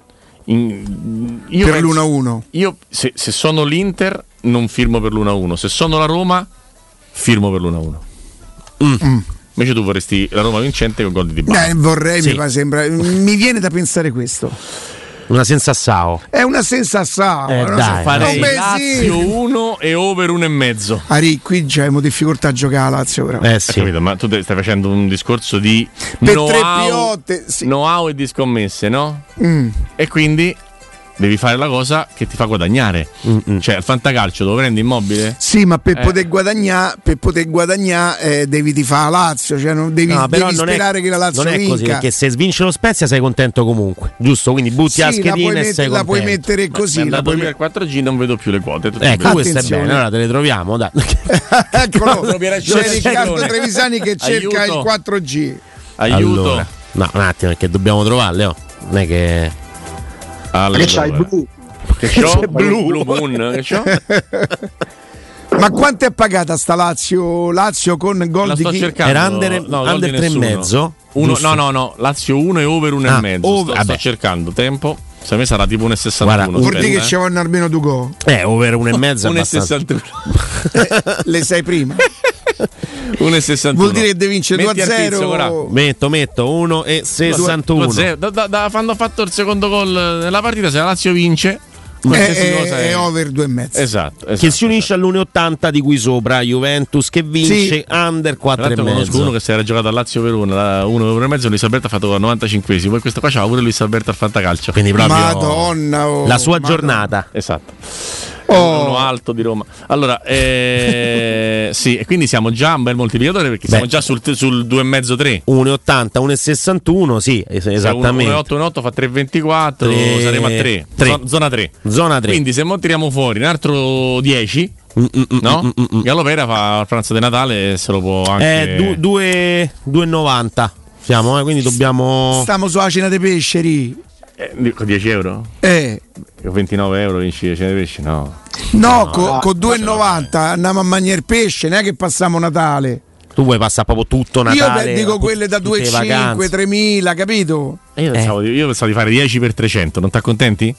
in, io per penso, l'uno a uno. Io se, se sono l'Inter non firmo per l'uno a uno, se sono la Roma firmo per l'uno a uno. Mm. Mm. Invece tu vorresti la Roma vincente con gol di Dybala. Eh, vorrei, sì. mi sembra, mi viene da pensare questo. Una sensazione. È una sensazione. Eh, non dai, so. Farei no, Lazio uno e over uno e mezzo. Ari, qui già abbiamo difficoltà a giocare a Lazio però. Eh sì. Capito, ma tu stai facendo un discorso di per know-how, tre piotte, sì. know-how e di scommesse, no? Mm. E quindi devi fare la cosa che ti fa guadagnare. Mm-mm. Cioè al fantacalcio lo prendi Immobile? Sì, ma per eh. poter guadagnare per poter guadagnare eh, devi ti fare la Lazio, cioè non devi, no, devi non sperare è, che la Lazio non è vinca. Così, perché se svince lo Spezia sei contento comunque, giusto? Quindi butti sì, la schedina la e sei la contento. puoi mettere così, ma la puoi met- quattro G non vedo più le quote. Ecco, questo è bene, allora te le troviamo, dai. Eccolo, c'è Riccardo Trevisani che cerca Aiuto. il quattro G. Aiuto. Allora, no, un attimo, perché dobbiamo trovarle, oh. Non è che allora, che c'hai il blu. Che c'ho? Blue, Blue Moon, che c'ho? Ma quanto è pagata sta Lazio? Lazio con gol La di sto chi? cercando. era under, no, under tre e mezzo. Uno, no, no, no, Lazio uno e over uno ah, e mezzo. Over, sto, sto cercando tempo. Se me sarà tipo uno virgola sessantuno. Vuol dire che ci vanno almeno due gol. Eh, over uno e mezzo. uno virgola sessantuno. Le sai prima. uno virgola sessantuno. Vuol dire che devi vincere due a zero. Metto, metto uno virgola sessantuno. Da, da, da, quando ho fatto il secondo gol nella partita, se la Lazio vince, è, cosa è, è over due e mezzo. Esatto, esatto, che si unisce esatto. all'uno virgola ottanta di qui sopra Juventus che vince sì. under quattro e mezzo. Conosco uno che si era giocato a Lazio per uno, uno e mezzo. Luis Alberto ha fatto al novantacinquesimo. E questo qua c'ha pure Luis Alberto al fantacalcio. Quindi proprio Madonna, oh, la sua Madonna. Giornata. Esatto. Oh. Uno alto di Roma. Allora, eh, sì, e quindi siamo già un bel moltiplicatore perché Beh. siamo già sul, sul due e mezzo tre. uno virgola ottanta, uno virgola sessantuno, sì, esattamente. uno virgola otto, uno virgola otto fa tre virgola ventiquattro, tre, saremo a tre. tre. Zona tre. Zona tre. Quindi se mo tiriamo fuori un altro dieci, mm, mm, no? Mm, mm, mm. Gallo Pera fa il pranzo di Natale e se lo può anche... Eh, due virgola novanta siamo, eh, quindi dobbiamo... Stiamo sulla cena dei pesceri. Eh, con dieci euro? Eh. Con ventinove euro vinci la cena dei pesci? No. No, no con no, co due virgola novanta andiamo a mangiare pesce, non è che passiamo Natale. Tu vuoi passare proprio tutto Natale? Io dico quelle da due virgola cinque, tremila, capito? E io, pensavo, eh. io pensavo di fare dieci per trecento, non ti accontenti?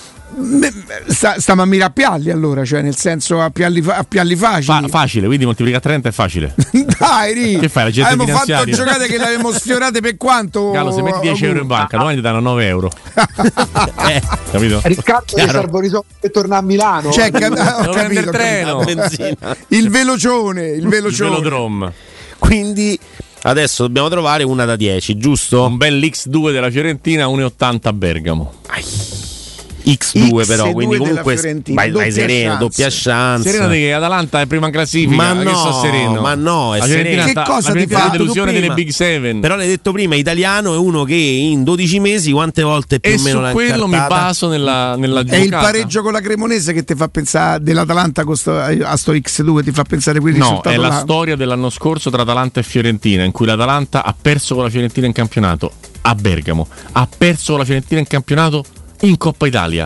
Sta, stiamo a mirare a pialli allora, cioè nel senso a pialli, fa, a pialli facili. Fa, facile, quindi moltiplica trenta è facile. Dai, Ri. Che fai? La gente abbiamo fatto finanziaria? giocate che le avevamo sfiorate per quanto? Gallo, se metti dieci euro in banca, domani ti danno nove euro. eh, capito? Riccardo ti servono i soldi per tornare a Milano. Cioè, cap- ho capito, il treno, il velocione, il velocione. Il velodrome. Quindi adesso dobbiamo trovare una da dieci, giusto? Un bel X due della Fiorentina, uno virgola ottanta a Bergamo. Ai. X due però, X due quindi comunque vai, vai sereno, chance. doppia chance. Sereno che Atalanta è prima in classifica, ma no, che sto sereno. ma no, è sereno. Che sta, cosa ti fa? La delusione delle Big Seven. Però l'hai detto prima, italiano è uno che in dodici mesi quante volte più e o meno l'ha incartata? E su quello mi baso nella, nella giocata. È il pareggio con la Cremonese che ti fa pensare dell'Atalanta con sto, a sto X due, ti fa pensare quel no, risultato è la là. storia dell'anno scorso tra Atalanta e Fiorentina, in cui l'Atalanta ha perso con la Fiorentina in campionato a Bergamo, ha perso con la Fiorentina in campionato in Coppa Italia.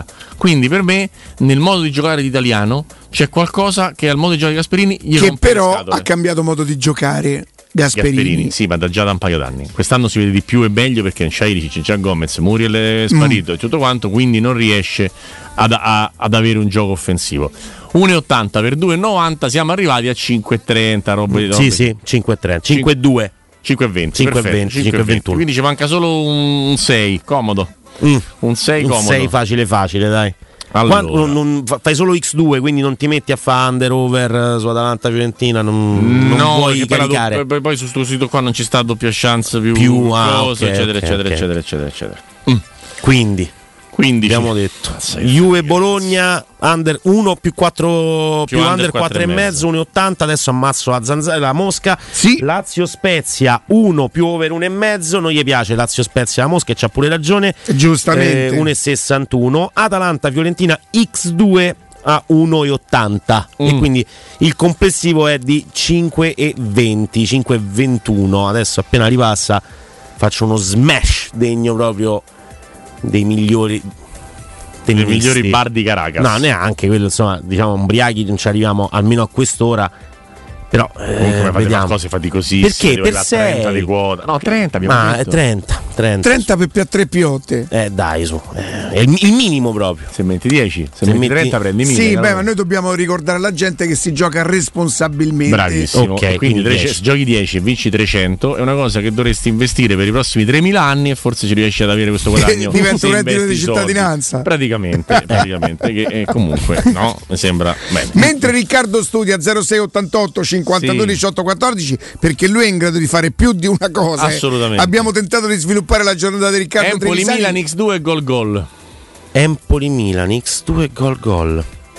quindi per me nel modo di giocare di Italiano c'è qualcosa che al modo di giocare di Gasperini gli che rompe però le scatole. ha cambiato modo di giocare Gasperini. Gasperini, sì, ma da già da un paio d'anni. Quest'anno si vede di più e meglio perché c'è Ilicic, c'è Gomez, Muriel è sparito mm. e tutto quanto, quindi non riesce ad, a, ad avere un gioco offensivo. uno e ottanta per due e novanta, siamo arrivati a cinque e trenta, roba di Sì, sì, cinque e trenta, cinque e due, cinque e venti, cinque e venti, cinque e ventuno. Quindi ci manca solo un sei, comodo. Mm. Un sei un comodo. sei facile facile, dai. Allora. Quando, non, fai solo ics due, quindi non ti metti a fare under over su Atalanta Fiorentina, non, non no, vuoi caricare. Poi, poi, poi su questo sito qua non ci sta doppia chance più, più ah, cose, okay, eccetera, okay, eccetera, okay. eccetera, eccetera, eccetera. Mm. Quindi quindici abbiamo detto Juve Bologna under uno più quattro più, più under quattro e mezzo, uno e ottanta. Adesso ammazzo la zanzara, la mosca. Sì. Lazio Spezia uno più over uno e mezzo. Non gli piace Lazio Spezia la mosca e c'ha pure ragione. Giustamente. Eh, uno e sessantuno. Atalanta Fiorentina ics due a uno e ottanta mm. e quindi il complessivo è di cinque e venti, cinque e ventuno. Adesso appena ripassa faccio uno smash degno proprio dei migliori dei migliori bar di Caracas. No, neanche quello, insomma, diciamo ubriachi non ci arriviamo almeno a quest'ora. Però eh, vediamo cose fatti così. Perché per trenta di quota. No, trenta abbiamo ma detto. trenta, trenta. trenta per più a tre piotte. Eh dai, su. Eh, è il, il minimo proprio. Se metti dieci, se, se metti trenta prendi mille. Sì, beh, ma noi dobbiamo ricordare alla gente che si gioca responsabilmente. Bravissimo. Okay, quindi, quindi dieci. Giochi dieci e vinci trecento, è una cosa che dovresti investire per i prossimi tremila anni e forse ci riesci ad avere questo guadagno. Diventa un reddito di cittadinanza. Soldi. Praticamente, praticamente che eh, comunque, no, mi sembra bene. Mentre Riccardo studia zero sei ottantotto cinquantadue diciotto quattordici perché lui è in grado di fare più di una cosa. Assolutamente. Eh. Abbiamo tentato di sviluppare la giornata di Riccardo Empoli Trevisani. Milan ics due gol gol. Empoli Milan ics due gol gol.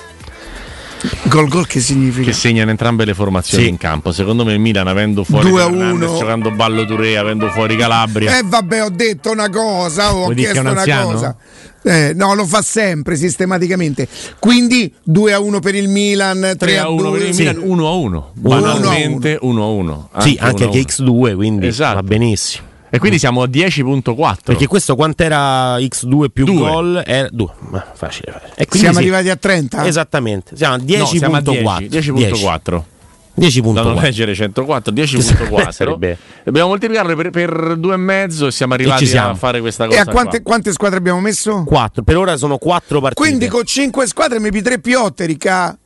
Gol gol che significa? Che segnano entrambe le formazioni sì. in campo. Secondo me il Milan avendo fuori due a uno giocando Ballo Touré, avendo fuori Calabria. Eh vabbè, ho detto una cosa, ho Vuoi chiesto un una anziano? cosa. Eh, no, lo fa sempre sistematicamente. Quindi due a uno per il Milan, tre a uno per il sì. Milan, uno a uno. Banalmente uno a uno. Sì, anche che ics due, quindi esatto. va benissimo. E quindi siamo a dieci virgola quattro. Perché questo quant'era ics due più due. Gol? Era due. Ma facile, facile. E siamo sì. arrivati a trenta? Esattamente. Siamo a dieci virgola quattro. dieci virgola quattro. dieci virgola quattro. Da non leggere centoquattro, dieci virgola quattro. Dobbiamo moltiplicarlo per, per due e mezzo e siamo arrivati e siamo. a fare questa cosa. E a quante, qua. quante squadre abbiamo messo? quattro. Per ora sono quattro partite. Quindi con cinque squadre mi tre piotte, Ricca.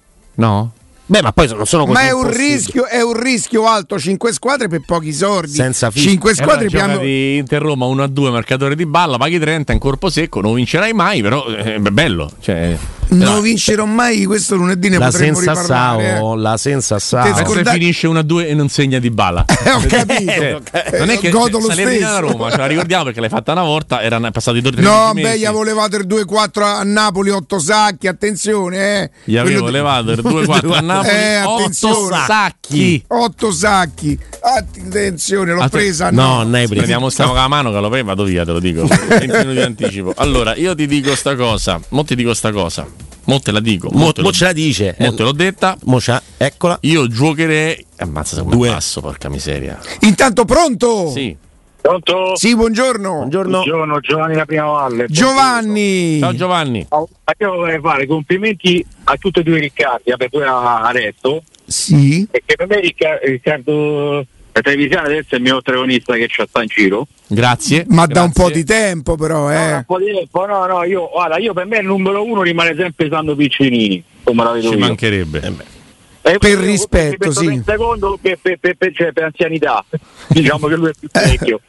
No? Beh, ma poi non sono così. Ma è un rischio, è un rischio alto, cinque squadre per pochi soldi. Senza fisco. cinque squadre allora, piano di Inter Roma uno a due, marcatore di balla, paghi trenta in corpo secco, non vincerai mai, però è bello, cioè non no. vincerò mai questo lunedì, ne la potremmo senza riparlare. Sao, eh. la senza Sao. Te Scorda... scorda... finisce uno a due e non segna di balla. Eh, ho capito. Eh, non è che godo cioè, lo Salerno stesso. a Roma, ce la ricordiamo perché l'hai fatta una volta, erano passati dodici No, mesi. beh, gli avevo levato il due quattro a Napoli, otto sacchi, attenzione, eh. Gli avevo Quello levato il due quattro a Napoli, eh, otto sacchi. otto sacchi. Attenzione, l'ho Att- presa. No, No, non hai preso. Prendiamo stiamo con la mano che lo prendo, vado via, te lo dico. venti minuti di anticipo. Allora, io ti dico sta cosa, mo ti dico sta cosa. Mo te la dico. Mo, Mo, te mo lo, ce la dice. mo te l'ho detta. Mo c'ha, eccola. Io giocherei. Ammazza se come Due. passo, porca miseria. Intanto pronto? Sì. Pronto? Sì, buongiorno. Buongiorno. Buongiorno, Giovanni da Prima Valle. Giovanni. Ciao Giovanni. Oh, io vorrei fare complimenti a tutti e due i Riccardi, vabbè, pure a Aresto, Sì. perché per me Ricca- Riccardo la televisione adesso è il mio protagonista che c'è sta in giro. Grazie. Ma grazie. da un po' di tempo però, No, eh. un po' di tempo, no, no, io, guarda, io per me il numero uno rimane sempre Sandro Piccinini, come la vedo Ci io. mancherebbe. Eh, Per io- rispetto, per, sì. Per secondo, per, per, per, per, cioè, per anzianità, diciamo che lui è più vecchio.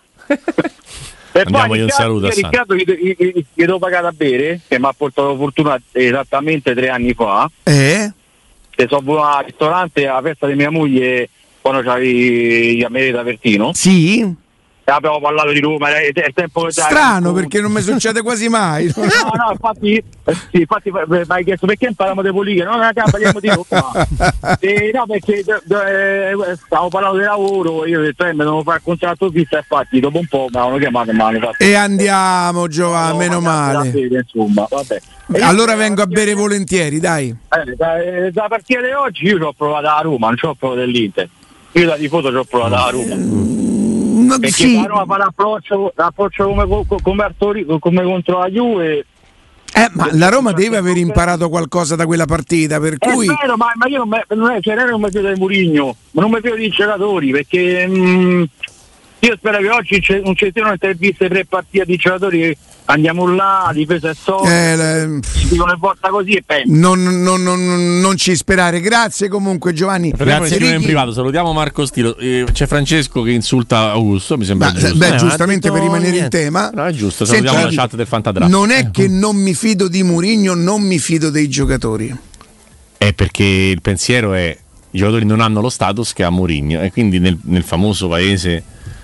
E Andiamogli poi un saluto a Riccardo, Riccardo gli, gli, gli, gli devo pagare a bere, che mi ha portato fortuna esattamente tre anni fa. Eh? Che sono al ristorante alla festa di mia moglie quando c'avevi gli America da Vertino. Sì. E abbiamo parlato di Roma, è il tempo che Strano perché non mi succede quasi mai. No, no, infatti, eh, sì, infatti mi hai chiesto perché parliamo di politica, no, no, parliamo di Roma. E, no, perché eh, stavo parlando di lavoro, io ho detto eh, mi devo fare il contratto fisso, infatti dopo un po' mi hanno chiamato e mi hanno fatto. E andiamo Giovanni, No, meno male. Bere, insomma, vabbè. E Allora io, vengo a io- bere volentieri, dai. Eh, da, da partita di oggi io ci ho provato a Roma, non ci ho provato dell'Inter. Io da tifoso ci ho provato a Roma. No, Perché sì. la Roma fa l'approccio, l'approccio come, come, come, Artori- come contro la Juve Eh, ma la Roma deve aver imparato qualcosa da quella partita, per cui... È vero, ma, ma io non, me, non, è, cioè, non mi fido di Mourinho, ma non mi fido dei giocatori, perché mh, io spero che oggi non ci siano interviste tre partite di giocatori che andiamo là, la difesa è solida, eh, le... dicono volta così e penso. Non, non, non, non ci sperare. Grazie comunque Giovanni. Grazie in privato, salutiamo Marco Stilo. Eh, c'è Francesco che insulta Augusto, mi sembra ma, giusto. Beh, eh, giustamente per rimanere niente. in tema. No, è giusto, salutiamo Senta, la chat del Fantadraft. Non è che non mi fido di Mourinho, non mi fido dei giocatori. È perché il pensiero è i giocatori non hanno lo status che ha Mourinho e quindi nel, nel famoso paese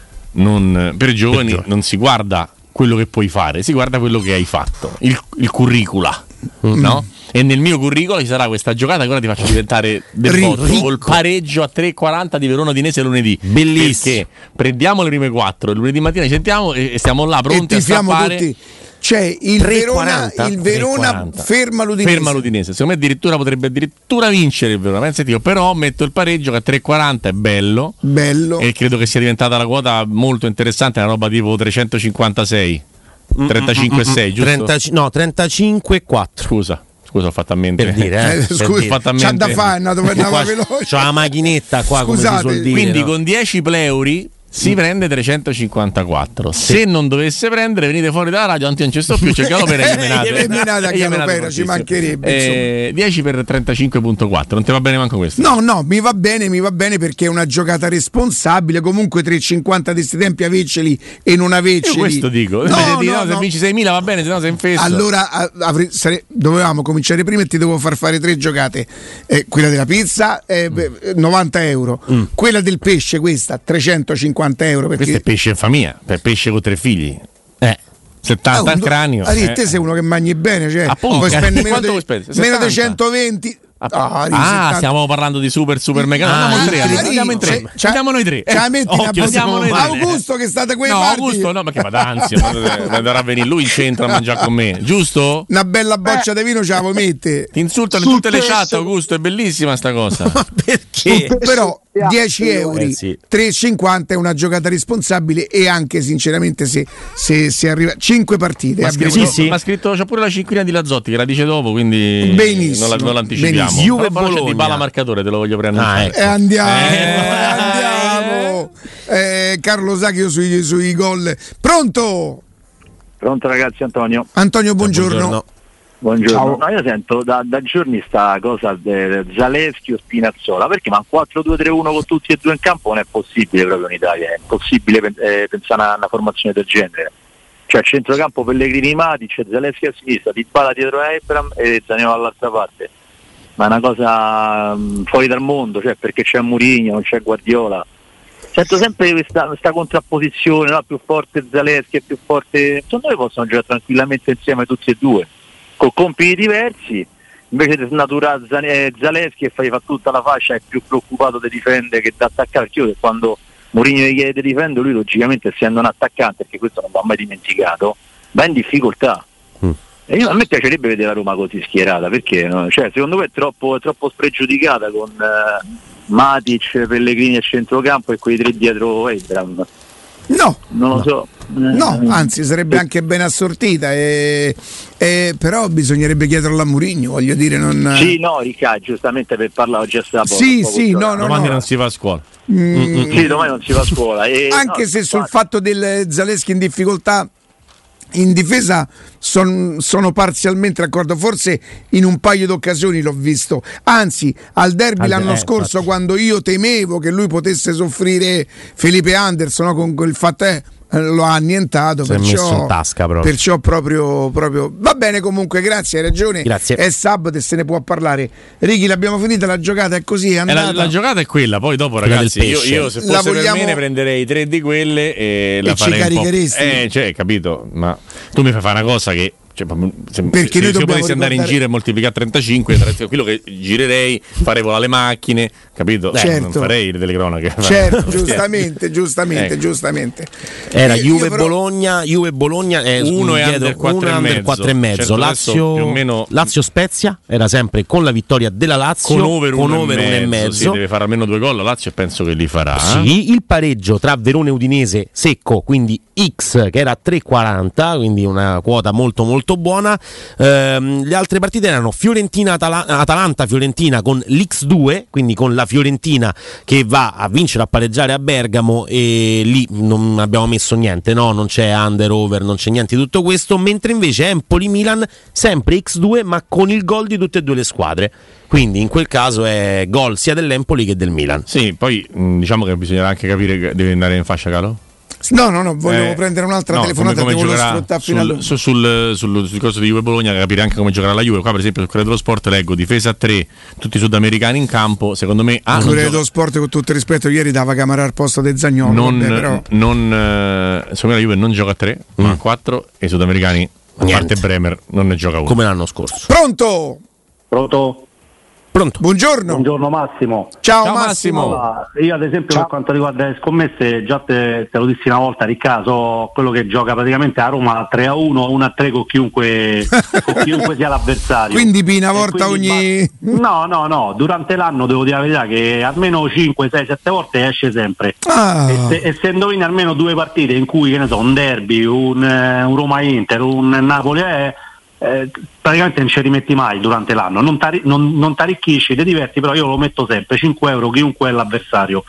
non, per giovani per non si guarda quello che puoi fare, si guarda quello che hai fatto, il, il curricula, mm. no? E nel mio curriculum ci sarà questa giocata che ora ti faccio diventare del botto col pareggio a tre e quaranta di Verona Udinese lunedì. Bellissimo. Perché prendiamo le prime quattro e lunedì mattina ci sentiamo e, e stiamo là pronti a stappare. Tutti. C'è il Verona, il Verona ferma l'Udinese. Ferma l'Udinese. Secondo me addirittura potrebbe addirittura vincere il Verona. Pensate io, però metto il pareggio che a tre e quaranta è bello. Bello. E credo che sia diventata la quota molto interessante, una roba tipo trecentocinquantasei. trentacinque e sei, giusto? trenta, no, trentacinque e quattro. Scusa. Scusa, ho fatto a mente. Per dire, eh? eh, scusa, c'ha da fare, è andato per andare veloce. C'ho la macchinetta qua. Scusate, come si suol dire, quindi no? con dieci pleuri si mm. prende trecentocinquantaquattro. Sì. Se non dovesse prendere, venite fuori dalla radio, non ci sto più, c'è Galopera e eliminate a Galopera, ci mancherebbe. Eh, dieci per trentacinque virgola quattro, non ti va bene manco questo? No, no, mi va bene, mi va bene perché è una giocata responsabile, comunque tre e cinquanta di sti tempi averceli e non averceli. Io questo dico, no, no, no, no, se no. vinci seimila va bene, se no sei in fesso. Allora avre, sare, dovevamo cominciare prima e ti devo far fare tre giocate, eh, quella della pizza eh, mm. novanta euro, mm. quella del pesce questa trecentocinquanta euro perché questo è pesce in famiglia, per pesce con tre figli. Eh. settanta al cranio. Ah, eh. te sei uno che mangi bene, cioè appunto, poi spendi meno, meno di centoventi. Ah, ah stiamo parlando di super super mega. Ah, andiamo in tre, allora. andiamo in tre. Ci andiamo noi tre. Eh, occhio, andiamo noi Augusto che state quei no, parti. Augusto no, perché vada ansia, andrà a venire lui in centro a mangiare con me, giusto? Una bella boccia di vino ce la vuoi mettere. Ti insultano in tutte le chat, Augusto, è bellissima sta cosa. Perché? Però dieci euro, eh, sì. tre e cinquanta è una giocata responsabile e anche sinceramente se, se, se arriva cinque partite ma scritto, sì, sì. ma scritto c'è pure la cinquina di Lazzotti che la dice dopo, quindi benissimo, non, la, non l'anticipiamo. Juve Bologna di Bala marcatore, te lo voglio prendere. Ah, ecco. E andiamo, eh. andiamo. Eh, Carlo sa che io sui, sui gol. Pronto? Pronto ragazzi, Antonio. Antonio, buongiorno. Buongiorno. Buongiorno. No, io sento da, da giorni sta cosa del Zalewski o Spinazzola, perché ma un quattro due tre uno con tutti e due in campo non è possibile proprio in Italia, è impossibile eh, pensare a una formazione del genere. Cioè a centrocampo Pellegrini Matic, Zalewski a sinistra, Dybala dietro a Abraham e Zaniolo dall'altra parte. Ma è una cosa um, fuori dal mondo, cioè perché c'è Mourinho, non c'è Guardiola. Sento sempre questa, questa contrapposizione, no? Più forte Zalewski e più forte. Secondo me possono giocare tranquillamente insieme tutti e due, con compiti diversi. Invece di snaturare Zalewski e fai fa tutta la fascia, è più preoccupato di difendere che da attaccare. Perché io che quando Mourinho gli chiede di difendere, lui logicamente essendo un attaccante, perché questo non va mai dimenticato, va in difficoltà. Mm. E io, a me piacerebbe vedere la Roma così schierata, perché no? Cioè, secondo me è troppo, è troppo spregiudicata con eh, Matic, Pellegrini a centrocampo e quei tre dietro Abraham. No, non lo no. so. No, anzi sarebbe anche ben assortita, e, e, però bisognerebbe chiederlo a Mourinho, voglio dire. Non... Sì, no, Riccardo, giustamente per parlare oggi a Sabato. Sì, sì, no, no, domani no. non si va a scuola. Mm. Sì, domani non si va a scuola. E, anche no, se sul infatti. fatto del Zalewski in difficoltà in difesa son, sono parzialmente d'accordo, forse in un paio d'occasioni l'ho visto, anzi al derby al l'anno eh, scorso infatti. Quando io temevo che lui potesse soffrire Felipe Anderson, no, con quel fatto eh, lo ha annientato, perciò, messo in tasca proprio. perciò proprio, proprio va bene. Comunque grazie, hai ragione, grazie. È sabato e se ne può parlare. Righi, l'abbiamo finita la giocata, è così, è andata. La, la giocata è quella, poi dopo quella ragazzi io, io se fosse vogliamo... per me ne prenderei tre di quelle e, e la farei ci caricheresti un po'. Eh, cioè, capito, ma tu mi fai fare una cosa che cioè, se, perché se, noi se io potessi andare ricordare... in giro e moltiplicare trentacinque, quello che girerei, farei volare le macchine, capito? Certo. Eh, non farei le telecronache. Certo, giustamente, giustamente, ecco. giustamente. Era Juve però... Bologna, Juve Bologna è uno e under quattro e mezzo. Certo, Lazio, più o meno... Lazio Spezia era sempre con la vittoria della Lazio con over uno, con over e, e mezzo. Sì, deve fare almeno due gol la Lazio e penso che li farà. Sì, il pareggio tra Verona e Udinese secco, quindi X che era tre e quaranta, quindi una quota molto molto molto buona. Ehm, le altre partite erano Fiorentina-Atalanta, Fiorentina con l'X due, quindi con la Fiorentina che va a vincere, a pareggiare a Bergamo, e lì non abbiamo messo niente, no? Non c'è under, over, non c'è niente di tutto questo, mentre invece Empoli-Milan sempre X due ma con il gol di tutte e due le squadre, quindi in quel caso è gol sia dell'Empoli che del Milan. Sì, poi mh, diciamo che bisognerà anche capire che deve andare in fascia, Calo? No, no, no, volevo eh, prendere un'altra no, telefonata, come, come devo giocherà fino sul, sul, sul, sul discorso di Juve Bologna, capire anche come giocherà la Juve. Qua per esempio sul Corriere dello Sport leggo difesa a tre, tutti i sudamericani in campo, secondo me ah, il Corriere dello Sport, con tutto il rispetto, ieri dava Camara al posto del Zaniolo, non, vabbè, però. non, eh, secondo me la Juve non gioca a tre, mm. ma a quattro, e i sudamericani, a parte Bremer, non ne gioca uno, come l'anno scorso. Pronto? Pronto? Pronto. Buongiorno. Buongiorno Massimo. Ciao, Ciao Massimo. Massimo. Allora, io ad esempio Ciao. Per quanto riguarda le scommesse, già te, te lo dissi una volta, Riccardo, so quello che gioca praticamente a Roma tre a uno, uno a tre con chiunque, con chiunque sia l'avversario. Quindi Pina volta ogni... No, no, no, durante l'anno devo dire la verità che almeno cinque, sei, sette volte esce sempre. Ah. E, se, e se indovini almeno due partite in cui, che ne so, un derby, un, un Roma-Inter, un Napoli è... Eh, praticamente non ci rimetti mai durante l'anno, non ti non, non arricchisci, ti diverti, però io lo metto sempre cinque euro chiunque è l'avversario.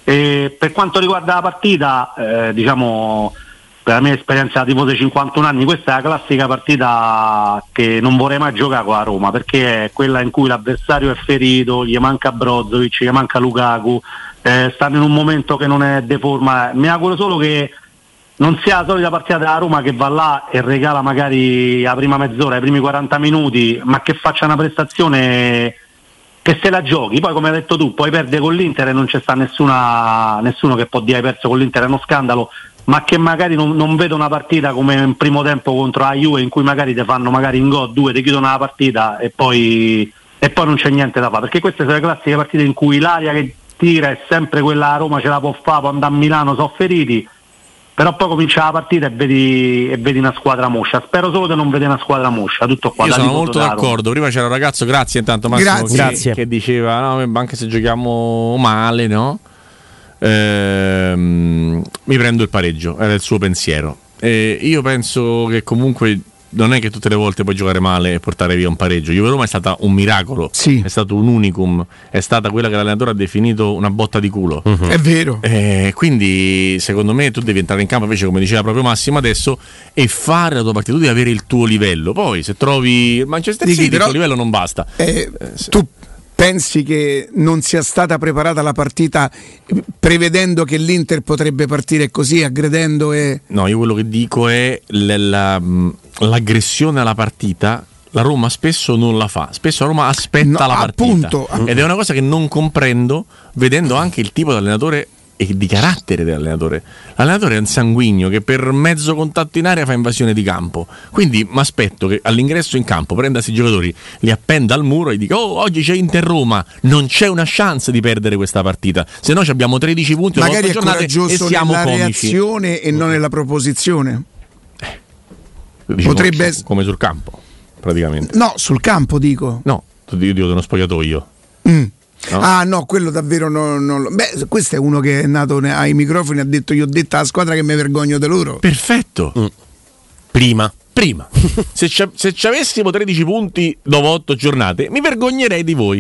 E per quanto riguarda la partita, eh, diciamo, per la mia esperienza da tifoso di cinquantuno anni, questa è la classica partita che non vorrei mai giocare con la Roma, perché è quella in cui l'avversario è ferito, gli manca Brozovic, gli manca Lukaku, eh, stanno in un momento che non è deforma. Mi auguro solo che non sia la solita partita della Roma che va là e regala magari la prima mezz'ora, i primi quaranta minuti, ma che faccia una prestazione che se la giochi. Poi, come hai detto tu, poi perde con l'Inter e non c'è sta nessuna, nessuno che può dire hai perso con l'Inter, è uno scandalo, ma che magari non, non vedo una partita come in primo tempo contro la Juve, in cui magari ti fanno magari in gol due, ti chiudono la partita e poi, e poi non c'è niente da fare, perché queste sono le classiche partite in cui l'aria che tira è sempre quella, a Roma ce la può fare, può andare a Milano, sono feriti. Però poi comincia la partita e vedi, e vedi una squadra moscia. Spero solo di non vedere una squadra moscia. Tutto qua. Io sono molto d'accordo. Prima c'era un ragazzo, grazie intanto Massimo, grazie. Che, grazie. che diceva no, anche se giochiamo male, no? Ehm, mi prendo il pareggio, era il suo pensiero. E io penso che comunque non è che tutte le volte puoi giocare male e portare via un pareggio. Juve Roma è stata un miracolo, sì. È stato un unicum, è stata quella che l'allenatore ha definito una botta di culo. Uh-huh. È vero. Eh, quindi secondo me tu devi entrare in campo invece, come diceva proprio Massimo adesso, e fare la tua partita, tu devi avere il tuo livello. Poi se trovi Manchester City, il tuo livello non basta. Eh, eh, tu pensi che non sia stata preparata la partita prevedendo che l'Inter potrebbe partire così, aggredendo e... No, io quello che dico è la, la, l'aggressione alla partita. La Roma spesso non la fa, spesso la Roma aspetta no, la partita, appunto. Ed è una cosa che non comprendo vedendo anche il tipo di allenatore e di carattere dell'allenatore. L'allenatore è un sanguigno che per mezzo contatto in area fa invasione di campo, quindi mi aspetto che all'ingresso in campo prenda questi giocatori, li appenda al muro e dica oh oggi c'è Inter Roma, non c'è una chance di perdere questa partita, se no abbiamo tredici punti magari è giornate e siamo nella comici. Reazione e non nella proposizione, eh, diciamo, potrebbe essere come sul campo praticamente. No, sul campo dico. No, io dico uno spogliatoio. Mm. No? Ah no, quello davvero non, non... Beh, questo è uno che è nato ai microfoni e ha detto io ho detto alla squadra che mi vergogno di loro. Perfetto. Mm. Prima Prima se, ci, se ci avessimo tredici punti dopo otto giornate mi vergognerei di voi.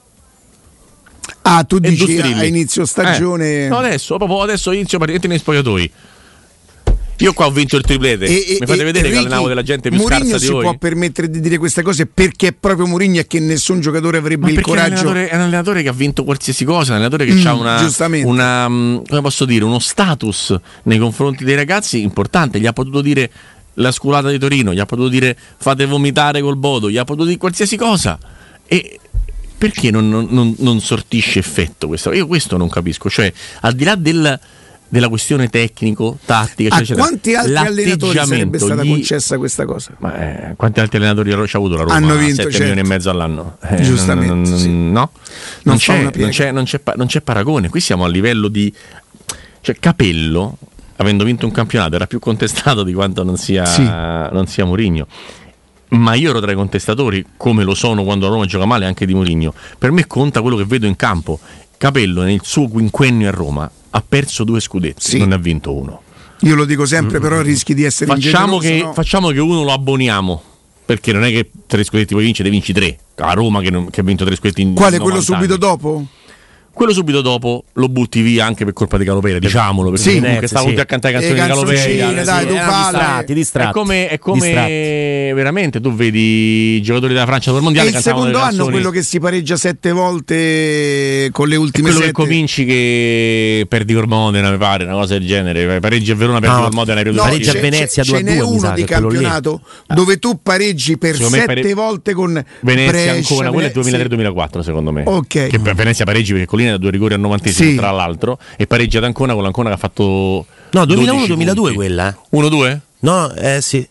Ah, tu dici a inizio stagione. Eh. No, adesso, proprio adesso inizio praticamente nei spogliatoi. Io qua ho vinto il triplete. E, mi fate e, vedere e che allenavo della gente più Mourinho scarsa di voi. Mourinho si può permettere di dire queste cose perché è proprio Mourinho e che nessun giocatore avrebbe Ma il coraggio. È un allenatore che ha vinto qualsiasi cosa, un allenatore che mm, ha una, una come posso dire, uno status nei confronti dei ragazzi importante. Gli ha potuto dire la sculata di Torino, gli ha potuto dire fate vomitare col Bodo, gli ha potuto dire qualsiasi cosa. E perché non, non, non sortisce effetto questo? Io questo non capisco. Cioè, al di là del della questione tecnico, tattica, a eccetera, quanti altri allenatori sarebbe stata gli... concessa questa cosa? Ma, eh, quanti altri allenatori ci ha avuto la Roma? Hanno vinto sette certo. milioni e mezzo all'anno. Eh, Giustamente. Non, non, sì. No, non, non, c'è, non, c'è, non, c'è, non c'è paragone. Qui siamo a livello di, cioè Capello, avendo vinto un campionato, era più contestato di quanto non sia, sì. non sia Mourinho. Ma io ero tra i contestatori, come lo sono quando la Roma gioca male anche di Mourinho. Per me conta quello che vedo in campo. Capello nel suo quinquennio a Roma ha perso due scudetti, sì. non ne ha vinto uno. Io lo dico sempre, mm. però rischi di essere facciamo ingeneroso, che no? Facciamo che uno lo abboniamo, perché non è che tre scudetti puoi vincere, vinci tre. A Roma che, non, che ha vinto tre scudetti in quale, quello subito anni. dopo? Quello subito dopo lo butti via anche per colpa di Galopera, diciamolo, perché sì, comunque stavo tutti a cantare canzoni di Galopera. Dai, tu distratti, distratti. È come, è come distratti. veramente tu vedi i giocatori della Francia del mondiale. E il secondo anno quello che si pareggia sette volte con le ultime è quello sette. Quello che cominci che perdi col Modena, mi pare, una cosa del genere. Pareggi a Verona, perdi col Modena. No, pareggi a Venezia due a due. Ce n'è uno di campionato dove tu pareggi per sette pare... volte con Venezia ancora, quello è duemilatré duemilaquattro secondo me. Ok. Che Venezia pareggi perché Collina da due rigori al novantesimo sì. tra l'altro, e pareggia ad Ancona con l'Ancona che ha fatto no duemilauno duemiladue quella uno due? No, eh sì.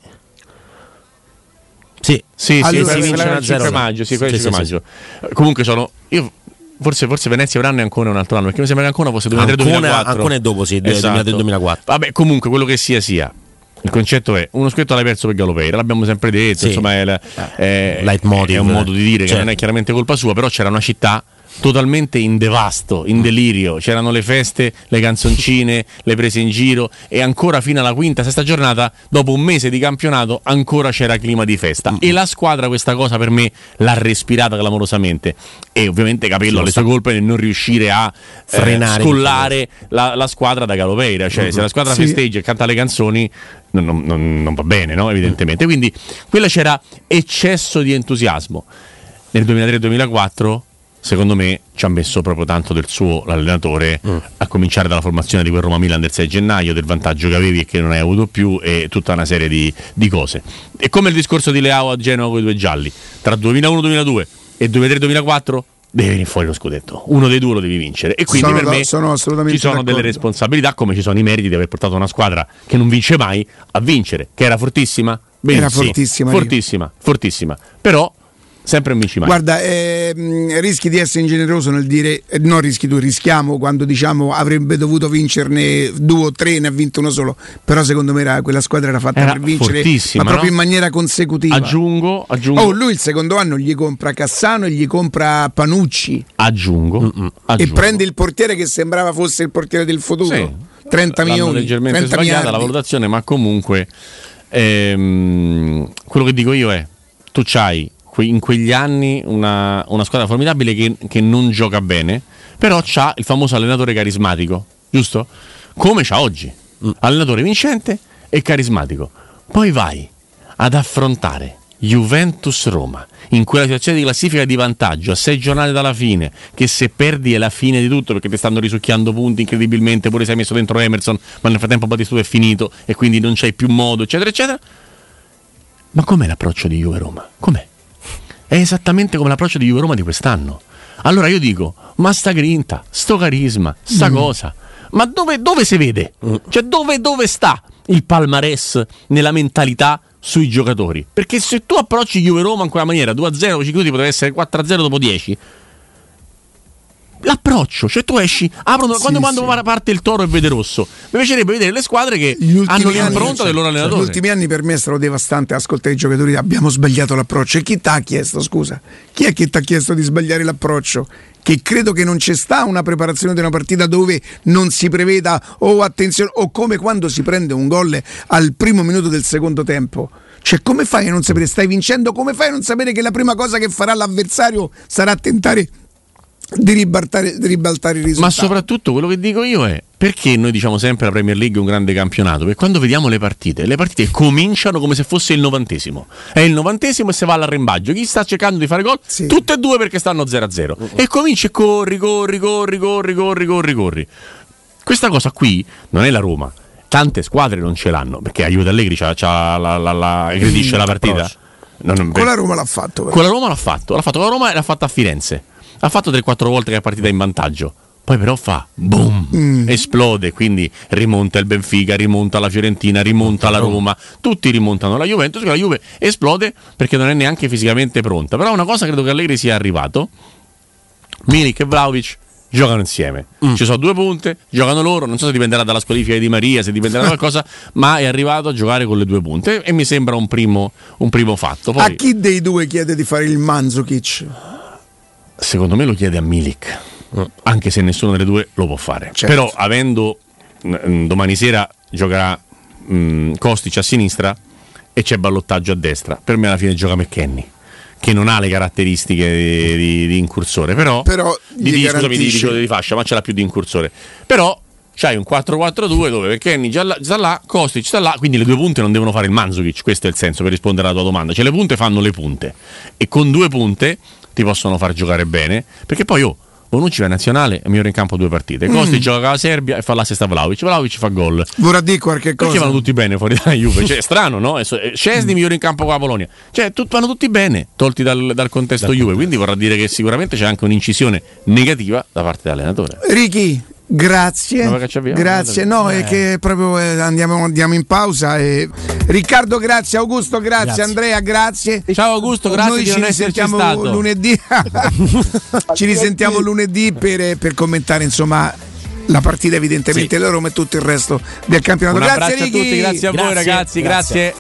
Sì, sì, allora, sì, si vince il cinque maggio, sì, sì, sì, maggio. Sì. Comunque sono io forse forse Venezia un anno e Ancona un altro anno, perché mi sembra che Ancona fosse duemilatré duemilaquattro. Ancona è dopo, sì, esatto. duemilatré duemilaquattro. Vabbè, comunque quello che sia sia. Il concetto è uno scudetto l'hai perso per Galopera, l'abbiamo sempre detto, sì. Insomma è, è, è, è un modo di dire certo. che non è chiaramente colpa sua, però c'era una città totalmente in devasto, in delirio, c'erano le feste, le canzoncine, le prese in giro, e ancora fino alla quinta, sesta giornata, dopo un mese di campionato, ancora c'era clima di festa. Mm. E la squadra questa cosa per me l'ha respirata clamorosamente, e ovviamente Capello ha le sue colpe nel non riuscire a frenare, eh, scollare la, la squadra da Galopera, cioè mm-hmm. se la squadra sì. festeggia e canta le canzoni non, non, non, non va bene, no? Evidentemente. Quindi quella c'era eccesso di entusiasmo. Nel duemilatré duemilaquattro secondo me ci ha messo proprio tanto del suo l'allenatore, mm. a cominciare dalla formazione di quel Roma Milan del sei gennaio, del vantaggio che avevi e che non hai avuto più, e tutta una serie di, di cose. E come il discorso di Leao a Genova con i due gialli, tra duemilauno duemiladue e duemilatré duemilaquattro deve venire fuori lo scudetto, uno dei due lo devi vincere, e quindi sono per da, me sono assolutamente ci sono d'accordo. delle responsabilità, come ci sono i meriti di aver portato una squadra che non vince mai a vincere, che era fortissima, bene, era sì, fortissima, fortissima, fortissima, però sempre in vinci mai. Guarda, eh, rischi di essere ingeneroso nel dire, eh, non rischi tu, rischiamo quando diciamo avrebbe dovuto vincerne due o tre, ne ha vinto uno solo, però secondo me era, quella squadra era fatta era per vincere, ma proprio no? in maniera consecutiva. Aggiungo, aggiungo. Oh, lui il secondo anno gli compra Cassano e gli compra Panucci. Aggiungo, aggiungo. E prende il portiere che sembrava fosse il portiere del futuro. Sì. trenta milioni. Leggermente trenta sbagliata miliardi. La valutazione, ma comunque ehm, quello che dico io è, tu c'hai in quegli anni una, una squadra formidabile che, che non gioca bene, però c'ha il famoso allenatore carismatico, giusto? Come c'ha oggi, mm. allenatore vincente e carismatico. Poi vai ad affrontare Juventus-Roma in quella situazione di classifica di vantaggio a sei giornate dalla fine, che se perdi è la fine di tutto, perché ti stanno risucchiando punti incredibilmente, pure se hai messo dentro Emerson, ma nel frattempo Batistuta è finito e quindi non c'hai più modo, eccetera eccetera. Ma com'è l'approccio di Juve-Roma? Com'è? È esattamente come l'approccio di Juve-Roma di quest'anno. Allora io dico, ma sta grinta, sto carisma, sta mm. cosa, ma dove, dove si vede? Mm. Cioè dove, dove sta il palmarès nella mentalità sui giocatori? Perché se tu approcci Juve-Roma in quella maniera, due a zero, cinque minuti potrebbe essere quattro a zero dopo dieci, l'approccio, cioè tu esci, aprono sì, quando, quando sì. parte il Toro e vede rosso. Mi piacerebbe vedere le squadre che hanno l'impronta del loro allenatore. Gli ultimi anni per me è stato devastante ascoltare i giocatori, abbiamo sbagliato l'approccio. E chi ti ha chiesto, scusa? Chi è che ti ha chiesto di sbagliare l'approccio? Che credo che non c'è sta una preparazione di una partita dove non si preveda o oh, attenzione, o come quando si prende un gol al primo minuto del secondo tempo. Cioè, come fai a non sapere? Stai vincendo, come fai a non sapere che la prima cosa che farà l'avversario sarà tentare di ribaltare, di ribaltare il risultato? Ma soprattutto quello che dico io è, perché noi diciamo sempre la Premier League è un grande campionato? Perché quando vediamo le partite, le partite cominciano come se fosse il novantesimo. È il novantesimo e si va all'arrembaggio. Chi sta cercando di fare gol? Sì. Tutte e due perché stanno zero a zero. Uh-huh. E cominci e corri, corri, corri, corri, corri, corri, corri. Questa cosa qui non è la Roma. Tante squadre non ce l'hanno, perché aiuta Allegri, c'ha, c'ha la, la, la, aggredisce mm, la partita. Non, non, con la Roma l'ha fatto. Però. Con la Roma l'ha fatto. L'ha fatto con la Roma e l'ha fatto a Firenze. Ha fatto tre quattro volte che è partita in vantaggio, poi però fa boom, mm. esplode, quindi rimonta il Benfica, rimonta la Fiorentina, rimonta la Roma, tutti rimontano la Juventus, la Juve esplode perché non è neanche fisicamente pronta. Però una cosa credo che Allegri sia arrivato, Milik e Vlahovic giocano insieme, mm. ci sono due punte, giocano loro, non so se dipenderà dalla squalifica di Maria, se dipenderà da qualcosa, ma è arrivato a giocare con le due punte e mi sembra un primo, un primo fatto. Poi, a chi dei due chiede di fare il Mandzukic? Secondo me lo chiede a Milik, mm. anche se nessuno delle due lo può fare. Certo. Però avendo domani sera giocherà mh, Kostic a sinistra e c'è ballottaggio a destra. Per me alla fine gioca McKennie, che non ha le caratteristiche di, di, di incursore, però, però di, di, scusami, di, di, di fascia, ma ce l'ha più di incursore. Però c'hai un quattro quattro due dove McKennie già là, sta là, Kostic sta là, quindi le due punte non devono fare il Mandzukic, questo è il senso per rispondere alla tua domanda. Cioè le punte fanno le punte e con due punte ti possono far giocare bene, perché poi oh, Bonucci va in nazionale e migliora in campo due partite. Kostic mm. gioca con la Serbia e fa l'assist a Vlahovic. Vlahovic fa gol. Vorrà dire qualche cosa. Perché vanno tutti bene fuori dalla Juve? Cioè, è strano, no? Szczęsny migliora in campo con la Polonia. Cioè, tut- vanno tutti bene, tolti dal, dal contesto Juve. Quindi vorrà dire che sicuramente c'è anche un'incisione negativa da parte dell'allenatore. Ricky, grazie. Grazie. No, eh. è che proprio eh, andiamo, andiamo in pausa. E... Riccardo, grazie. Augusto, grazie. grazie. Andrea, grazie. Ciao Augusto, grazie. Noi di ci non risentiamo stato. lunedì. Ci risentiamo lunedì per, per commentare, insomma, la partita evidentemente sì. la Roma e tutto il resto del campionato. Un grazie abbraccio Ricky. a tutti, grazie a grazie. voi ragazzi, grazie. grazie.